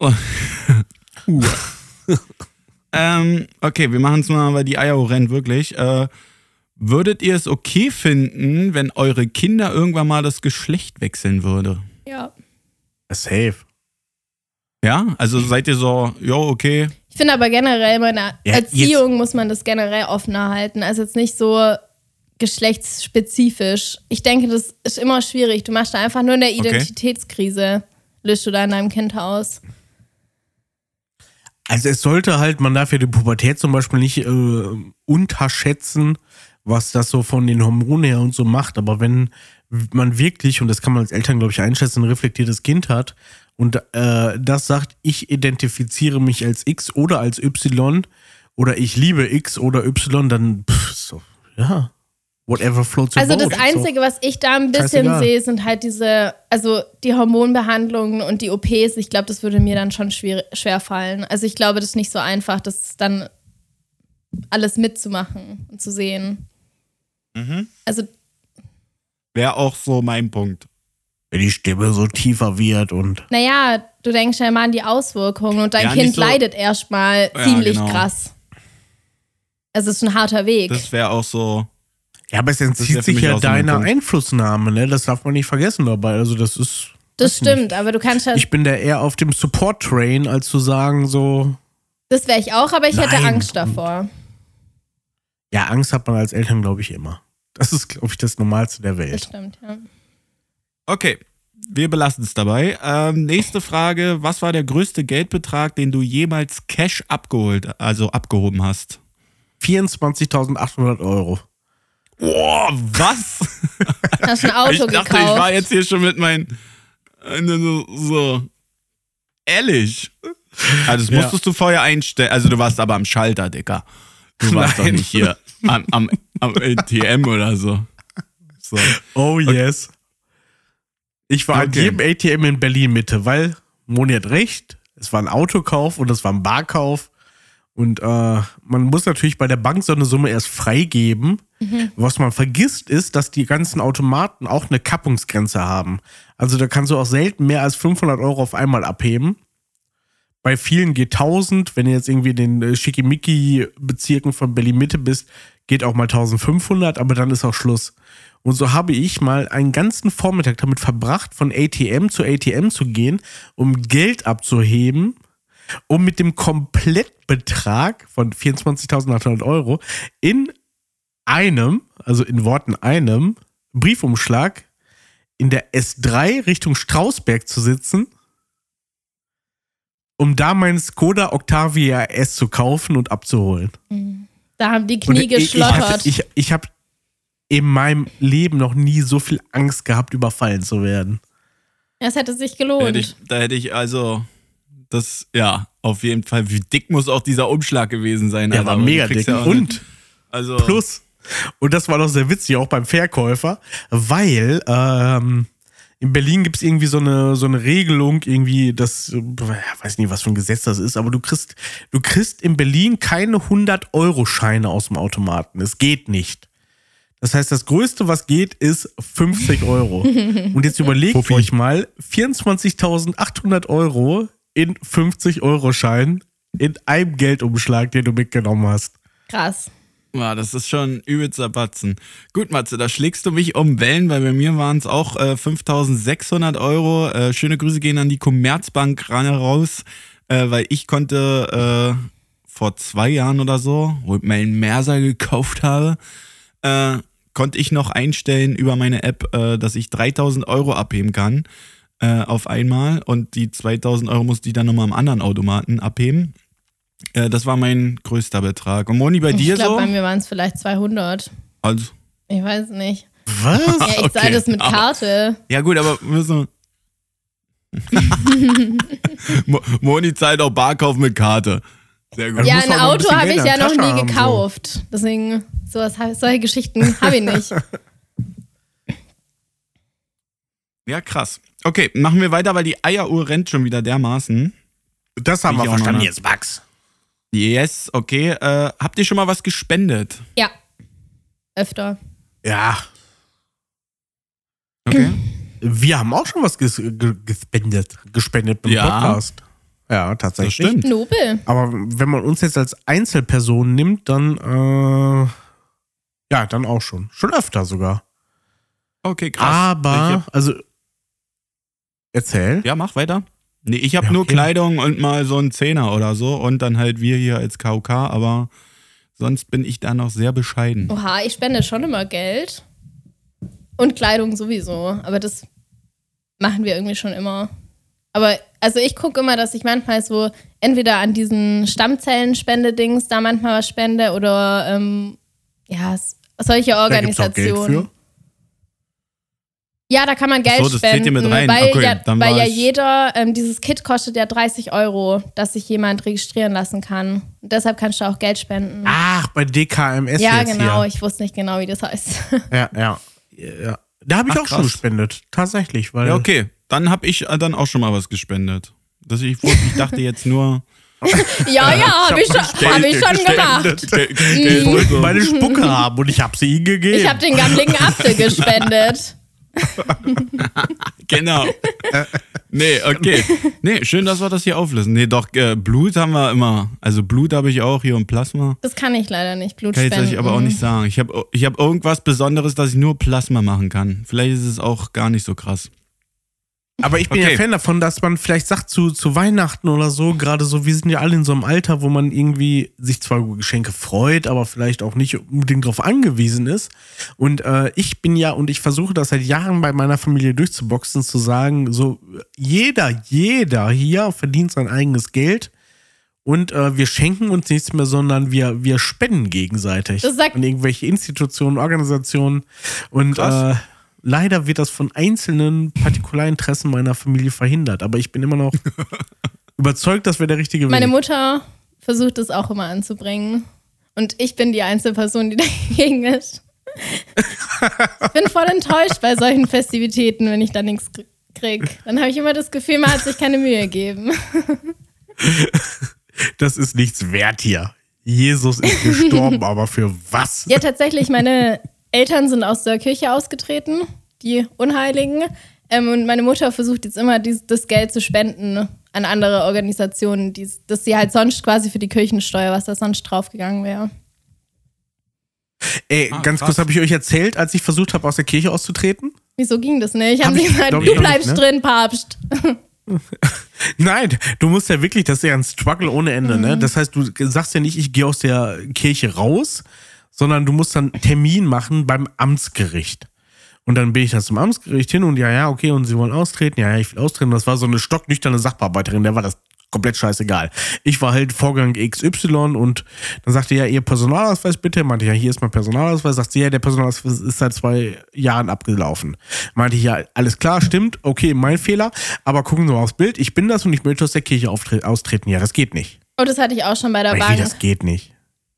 Okay, wir machen es mal, weil die Eier rennen wirklich. Würdet ihr es okay finden, wenn eure Kinder irgendwann mal das Geschlecht wechseln würde? Ja. Safe. Ja? Also seid ihr so, okay. Ich finde aber generell, bei einer Erziehung muss man das generell offener halten. Also jetzt nicht so geschlechtsspezifisch. Ich denke, das ist immer schwierig. Du machst da einfach nur eine Identitätskrise. Löscht du da in deinem Kind aus. Also es sollte halt, man darf ja die Pubertät zum Beispiel nicht unterschätzen, was das so von den Hormonen her und so macht. Aber wenn man wirklich, und das kann man als Eltern, glaube ich, einschätzen, ein reflektiertes Kind hat und das sagt, ich identifiziere mich als X oder als Y oder ich liebe X oder Y, dann whatever floats your boat. Also das Einzige, was ich da ein bisschen sehe, sind halt die Hormonbehandlungen und die OPs. Ich glaube, das würde mir dann schon schwer fallen. Also ich glaube, das ist nicht so einfach, das dann alles mitzumachen und zu sehen. Mhm. Also wäre auch so mein Punkt. Wenn die Stimme so tiefer wird und... Naja, du denkst ja mal an die Auswirkungen und dein Kind leidet erstmal ziemlich krass. Also es ist ein harter Weg. Das wäre auch so... Ja, aber es entzieht sich ja deiner Einflussnahme, ne? Das darf man nicht vergessen dabei. Also das ist... Das stimmt, aber du kannst ja... Ich bin da eher auf dem Support-Train, als zu sagen so... Das wäre ich auch, aber ich hätte Angst davor. Ja, Angst hat man als Eltern, glaube ich, immer. Das ist, glaube ich, das Normalste der Welt. Das stimmt, ja. Okay, wir belassen es dabei. Nächste Frage. Was war der größte Geldbetrag, den du jemals Cash abgehoben hast? 24.800 Euro. Boah, was? Hast du ein Auto gekauft? Ich dachte, ich war jetzt hier schon mit meinen... So. Ehrlich? Also das musstest du vorher einstellen. Also du warst aber am Schalter, Dicker. Du warst doch nicht hier am ATM oder so. Oh yes. Ich war an jedem ATM in Berlin-Mitte, weil Moni hat recht, es war ein Autokauf und es war ein Barkauf. Und man muss natürlich bei der Bank so eine Summe erst freigeben. Mhm. Was man vergisst ist, dass die ganzen Automaten auch eine Kappungsgrenze haben. Also da kannst du auch selten mehr als 500 Euro auf einmal abheben. Bei vielen geht 1000. Wenn du jetzt irgendwie in den Schickimicki-Bezirken von Berlin-Mitte bist, geht auch mal 1500, aber dann ist auch Schluss. Und so habe ich mal einen ganzen Vormittag damit verbracht, von ATM zu ATM zu gehen, um Geld abzuheben, um mit dem Komplettbetrag von 24.800 Euro in einem Briefumschlag in der S3 Richtung Strausberg zu sitzen, um da meinen Skoda Octavia S zu kaufen und abzuholen. Da haben die Knie geschlottert. Ich habe in meinem Leben noch nie so viel Angst gehabt, überfallen zu werden. Es hätte sich gelohnt. Da hätte ich auf jeden Fall. Wie dick muss auch dieser Umschlag gewesen sein? Der war mega dick. Und plus, und das war doch sehr witzig, auch beim Verkäufer, weil in Berlin gibt es irgendwie so eine Regelung, irgendwie, das, weiß nicht, was für ein Gesetz das ist, aber du kriegst in Berlin keine 100-Euro-Scheine aus dem Automaten. Es geht nicht. Das heißt, das Größte, was geht, ist 50 Euro. Und jetzt überlegt euch mal, 24.800 Euro in 50-Euro-Schein in einem Geldumschlag, den du mitgenommen hast. Krass. Ja, das ist schon übelster Batzen. Gut, Matze, da schlägst du mich um Wellen, weil bei mir waren es auch 5.600 Euro. Schöne Grüße gehen an die Commerzbank raus, weil ich konnte vor 2 Jahren oder so, wo ich meinen Merser gekauft habe, konnte ich noch einstellen über meine App, dass ich 3.000 Euro abheben kann. auf einmal und die 2.000 Euro musste ich dann nochmal am anderen Automaten abheben. Das war mein größter Betrag. Und Moni, bei dir so? Ich glaube, bei mir waren es vielleicht 200. Also? Ich weiß nicht. Was? Ja, ich zahle das mit Karte. Ja gut, aber müssen Moni zahlt auch Barkauf mit Karte. Sehr gut. Ja, ein Auto habe ich ja noch nie gekauft. So. Deswegen, solche Geschichten habe ich nicht. Ja, krass. Okay, machen wir weiter, weil die Eieruhr rennt schon wieder dermaßen. Das haben wir verstanden jetzt, Max. Yes, okay. Habt ihr schon mal was gespendet? Ja. Öfter. Ja. Okay. Wir haben auch schon was gespendet beim Podcast. Ja, tatsächlich. Das stimmt. Nobel. Aber wenn man uns jetzt als Einzelperson nimmt, dann dann auch schon. Schon öfter sogar. Okay, krass. Aber, erzähl. Ja, mach weiter. Nee, ich habe nur Kleidung und mal so einen Zehner oder so und dann halt wir hier als KOK, aber sonst bin ich da noch sehr bescheiden. Oha, ich spende schon immer Geld. Und Kleidung sowieso. Aber das machen wir irgendwie schon immer. Aber ich gucke immer, dass ich manchmal so entweder an diesen Stammzellen-Spendedings da manchmal was spende oder solche Organisationen. Da gibt's auch Geld für? Ja, da kann man Geld spenden. Das zählt ihr mit rein. Weil jeder, dieses Kit kostet ja 30 €, dass sich jemand registrieren lassen kann. Und deshalb kannst du auch Geld spenden. Ach, bei DKMS ja, jetzt genau. hier. Ich wusste nicht genau, wie das heißt. Ja. Da habe ich auch schon gespendet. Tatsächlich. Weil ja, okay. Dann habe ich dann auch schon mal was gespendet. Ich dachte jetzt nur... habe ich schon gemacht. Ich wollte meine Spucke haben und ich habe sie ihnen gegeben. Ich habe den gammeligen Apfel gespendet. Genau. Nee, okay. Nee, schön, dass wir das hier auflösen. Nee, doch, Blut haben wir immer. Also Blut habe ich auch hier und Plasma. Das kann ich leider nicht, Blut kann spenden. Kann ich aber auch nicht sagen. Ich hab irgendwas Besonderes, dass ich nur Plasma machen kann. Vielleicht ist es auch gar nicht so krass. Aber ich bin ja Fan davon, dass man vielleicht sagt, zu Weihnachten oder so, gerade so, wir sind ja alle in so einem Alter, wo man irgendwie sich zwar über Geschenke freut, aber vielleicht auch nicht unbedingt darauf angewiesen ist. Und ich bin ja, und ich versuche das seit Jahren bei meiner Familie durchzuboxen, zu sagen, so, jeder hier verdient sein eigenes Geld. Und wir schenken uns nichts mehr, sondern wir spenden gegenseitig an irgendwelche Institutionen, Organisationen. Und leider wird das von einzelnen Partikularinteressen meiner Familie verhindert. Aber ich bin immer noch überzeugt, das wäre der richtige Weg. Meine Mutter versucht es auch immer anzubringen. Und ich bin die Einzelperson, die dagegen ist. Ich bin voll enttäuscht bei solchen Festivitäten, wenn ich da nichts kriege. Dann habe ich immer das Gefühl, man hat sich keine Mühe gegeben. Das ist nichts wert hier. Jesus ist gestorben, aber für was? Ja, tatsächlich, meine Eltern sind aus der Kirche ausgetreten, die Unheiligen. Und meine Mutter versucht jetzt immer, das Geld zu spenden an andere Organisationen, dass sie halt sonst quasi für die Kirchensteuer, was da sonst draufgegangen wäre. Ey, ganz kurz, habe ich euch erzählt, als ich versucht habe, aus der Kirche auszutreten? Wieso ging das nicht? Haben sie gesagt, du bleibst drin, Papst. Nein, du musst ja wirklich, das ist ja ein Struggle ohne Ende, ne? Das heißt, du sagst ja nicht, ich gehe aus der Kirche raus, sondern du musst dann einen Termin machen beim Amtsgericht. Und dann bin ich da zum Amtsgericht hin und okay, und sie wollen austreten. Ja, ich will austreten. Das war so eine stocknüchterne Sachbearbeiterin, der war das komplett scheißegal. Ich war halt Vorgang XY und dann sagte ihr Personalausweis bitte. Meinte ich, hier ist mein Personalausweis. Sagt sie, der Personalausweis ist seit 2 Jahren abgelaufen. Meinte ich, alles klar, stimmt, okay, mein Fehler. Aber gucken Sie mal aufs Bild, ich bin das und ich möchte aus der Kirche austreten. Ja, das geht nicht. Oh, das hatte ich auch schon bei der Bank. Das geht nicht.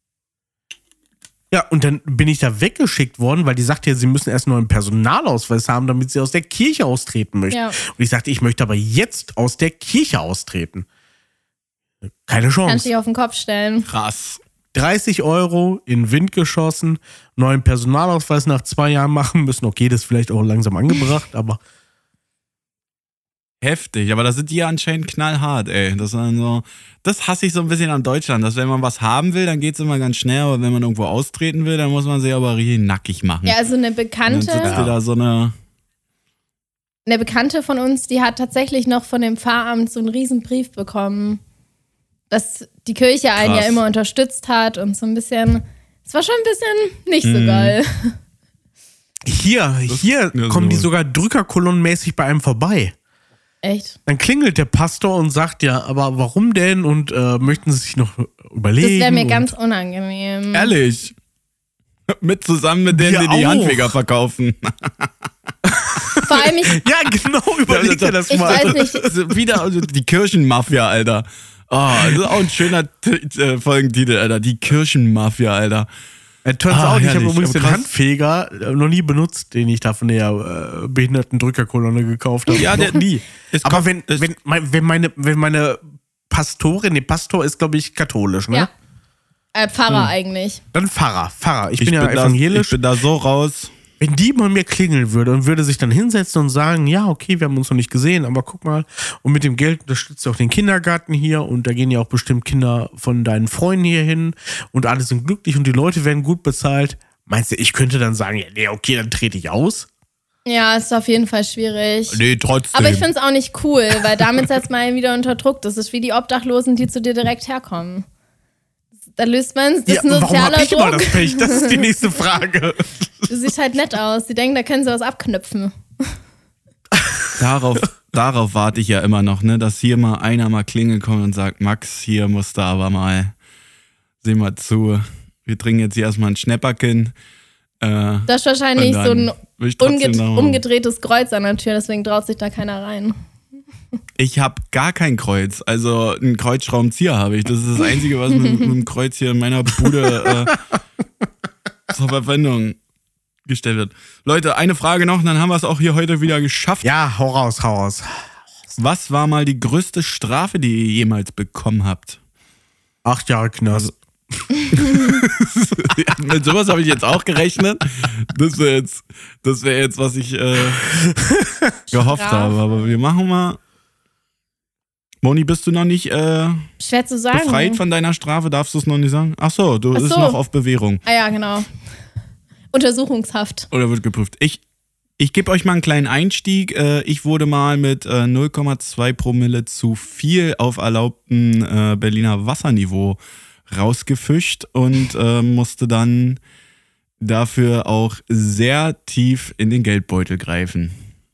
Ja, und dann bin ich da weggeschickt worden, weil die sagte ja, sie müssen erst nur einen Personalausweis haben, damit sie aus der Kirche austreten möchten. Ja. Und ich sagte, ich möchte aber jetzt aus der Kirche austreten. Keine Chance. Kannst dich auf den Kopf stellen. Krass. 30 € in den Wind geschossen, neuen Personalausweis nach 2 Jahren machen müssen. Okay, das ist vielleicht auch langsam angebracht, aber... Heftig, aber da sind die ja anscheinend knallhart, ey. Das hasse ich so ein bisschen an Deutschland, dass wenn man was haben will, dann geht es immer ganz schnell, aber wenn man irgendwo austreten will, dann muss man sich aber richtig nackig machen. Ja, also eine Bekannte... Eine Bekannte von uns, die hat tatsächlich noch von dem Pfarramt so einen riesen Brief bekommen, dass die Kirche einen ja immer unterstützt hat und so ein bisschen... Es war schon ein bisschen nicht so geil. Hier kommen die sogar drückerkolonnenmäßig bei einem vorbei. Echt? Dann klingelt der Pastor und sagt ja, aber warum denn? Und möchten Sie sich noch überlegen? Das wäre mir ganz unangenehm. Ehrlich? Zusammen mit denen, die Handwerker verkaufen. Vor allem ja, genau, überleg dir das mal. Ich weiß nicht. Also wieder die Kirchenmafia, Alter. Oh, das ist auch ein schöner Folgentitel, Alter. Die Kirchenmafia, Alter. Turns out, ich habe übrigens den Handfeger noch nie benutzt, den ich da von der Behinderten-Drückerkolonne gekauft habe. Ja, noch nie. Aber wenn meine Pastorin, Pastor ist, glaube ich, katholisch, ne? Ja. Pfarrer eigentlich. Dann Pfarrer. Ich bin ja evangelisch. Ich bin da so raus. Wenn die bei mir klingeln würde und würde sich dann hinsetzen und sagen, ja, okay, wir haben uns noch nicht gesehen, aber guck mal, und mit dem Geld unterstützt du auch den Kindergarten hier und da gehen ja auch bestimmt Kinder von deinen Freunden hier hin und alle sind glücklich und die Leute werden gut bezahlt. Meinst du, ich könnte dann sagen, ja, nee, okay, dann trete ich aus? Ja, ist auf jeden Fall schwierig. Nee, trotzdem. Aber ich finde es auch nicht cool, weil damit setzt man ihn wieder unter Druck. Das ist wie die Obdachlosen, die zu dir direkt herkommen. Da löst man es. Das ist ein sozialer warum hab ich Druck. Immer das Pech? Das ist die nächste Frage. Du siehst halt nett aus. Die denken, da können sie was abknüpfen. Darauf warte ich ja immer noch, ne, dass hier mal einer mal klingeln kommt und sagt, Max, hier musst du aber mal, sieh mal zu, wir trinken jetzt hier erstmal ein Schnäpperchen. Das ist wahrscheinlich so ein umgedrehtes Kreuz an der Tür, deswegen traut sich da keiner rein. Ich habe gar kein Kreuz, also einen Kreuzschraubenzieher habe ich. Das ist das Einzige, was mit dem Kreuz hier in meiner Bude zur Verwendung gestellt wird. Leute, eine Frage noch, dann haben wir es auch hier heute wieder geschafft. Ja, hau raus. Was war mal die größte Strafe, die ihr jemals bekommen habt? 8 Jahre Knast. Mit sowas habe ich jetzt auch gerechnet. Das wäre jetzt, was ich gehofft habe. Aber wir machen mal. Moni, bist du noch nicht schwer zu sagen. Befreit von deiner Strafe? Darfst du es noch nicht sagen? Ach so, du bist noch auf Bewährung. Ah ja, genau. Untersuchungshaft. Oder wird geprüft. Ich gebe euch mal einen kleinen Einstieg. Ich wurde mal mit 0,2 Promille zu viel auf erlaubten Berliner Wasserniveau rausgefischt und musste dann dafür auch sehr tief in den Geldbeutel greifen.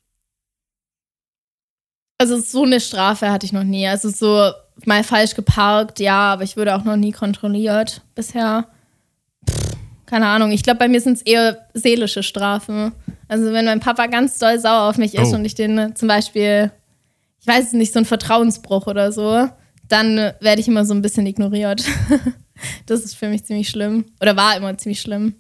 Also so eine Strafe hatte ich noch nie. Also so mal falsch geparkt, ja, aber ich wurde auch noch nie kontrolliert bisher. Keine Ahnung, ich glaube, bei mir sind es eher seelische Strafen. Also wenn mein Papa ganz doll sauer auf mich ist und ich den zum Beispiel, ich weiß es nicht, so ein Vertrauensbruch oder so, dann werde ich immer so ein bisschen ignoriert. Das ist für mich ziemlich schlimm. Oder war immer ziemlich schlimm.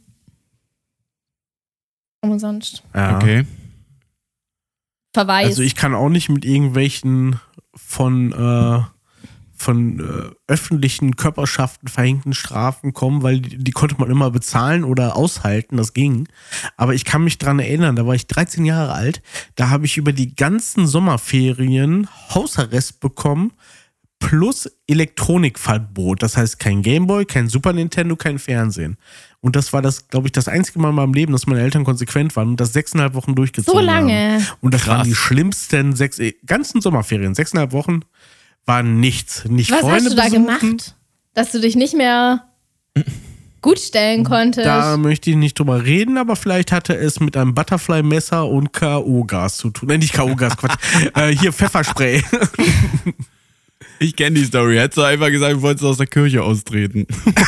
Aber sonst. Ja. Okay. Verweis. Also ich kann auch nicht mit irgendwelchen von öffentlichen Körperschaften verhängten Strafen kommen, weil die konnte man immer bezahlen oder aushalten, das ging. Aber ich kann mich dran erinnern, da war ich 13 Jahre alt, da habe ich über die ganzen Sommerferien Hausarrest bekommen, plus Elektronikverbot. Das heißt kein Gameboy, kein Super Nintendo, kein Fernsehen. Und das war das, glaube ich, das einzige Mal in meinem Leben, dass meine Eltern konsequent waren und das 6,5 Wochen durchgezogen haben. So lange? Haben. Und das waren die schlimmsten ganzen Sommerferien. 6,5 Wochen war nichts. Nicht Was Freunde hast du da besuchen. gemacht? Dass du dich nicht mehr gut stellen konntest? Da möchte ich nicht drüber reden, aber vielleicht hatte es mit einem Butterfly-Messer und K.O.-Gas zu tun. Nein, nicht K.O.-Gas, Quatsch. Hier Pfefferspray. Ich kenne die Story. Hättest du einfach gesagt, du wolltest aus der Kirche austreten.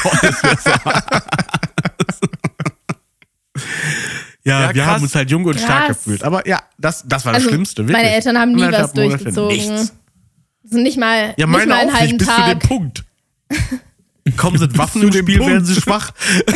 Ja, wir haben uns halt jung und stark gefühlt. Aber ja, das war das Schlimmste, wirklich. Meine Eltern haben nie was durchgezogen. Nichts. Also nicht mal, ja, meine nicht mal einen auch halben nicht, bis Tag. zu dem Punkt. Kommen sind Waffen im Spiel, werden sie schwach.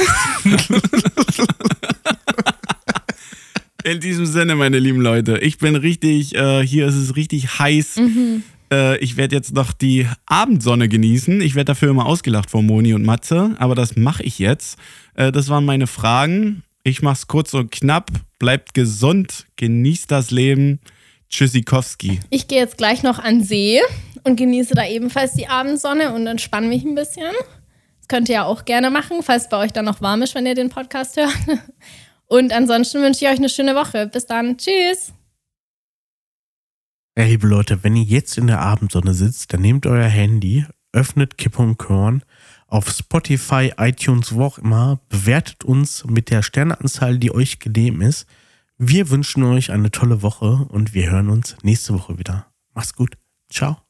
In diesem Sinne, meine lieben Leute, ich bin richtig, hier ist es richtig heiß. Ich werde jetzt noch die Abendsonne genießen. Ich werde dafür immer ausgelacht von Moni und Matze, aber das mache ich jetzt. Das waren meine Fragen. Ich mache es kurz und knapp. Bleibt gesund, genießt das Leben. Tschüssikowski. Ich gehe jetzt gleich noch an See und genieße da ebenfalls die Abendsonne und entspanne mich ein bisschen. Das könnt ihr ja auch gerne machen, falls bei euch dann noch warm ist, wenn ihr den Podcast hört. Und ansonsten wünsche ich euch eine schöne Woche. Bis dann. Tschüss. Ja, liebe Leute, wenn ihr jetzt in der Abendsonne sitzt, dann nehmt euer Handy, öffnet Kippe und Korn auf Spotify, iTunes, wo auch immer, bewertet uns mit der Sterneanzahl, die euch genehm ist. Wir wünschen euch eine tolle Woche und wir hören uns nächste Woche wieder. Mach's gut. Ciao.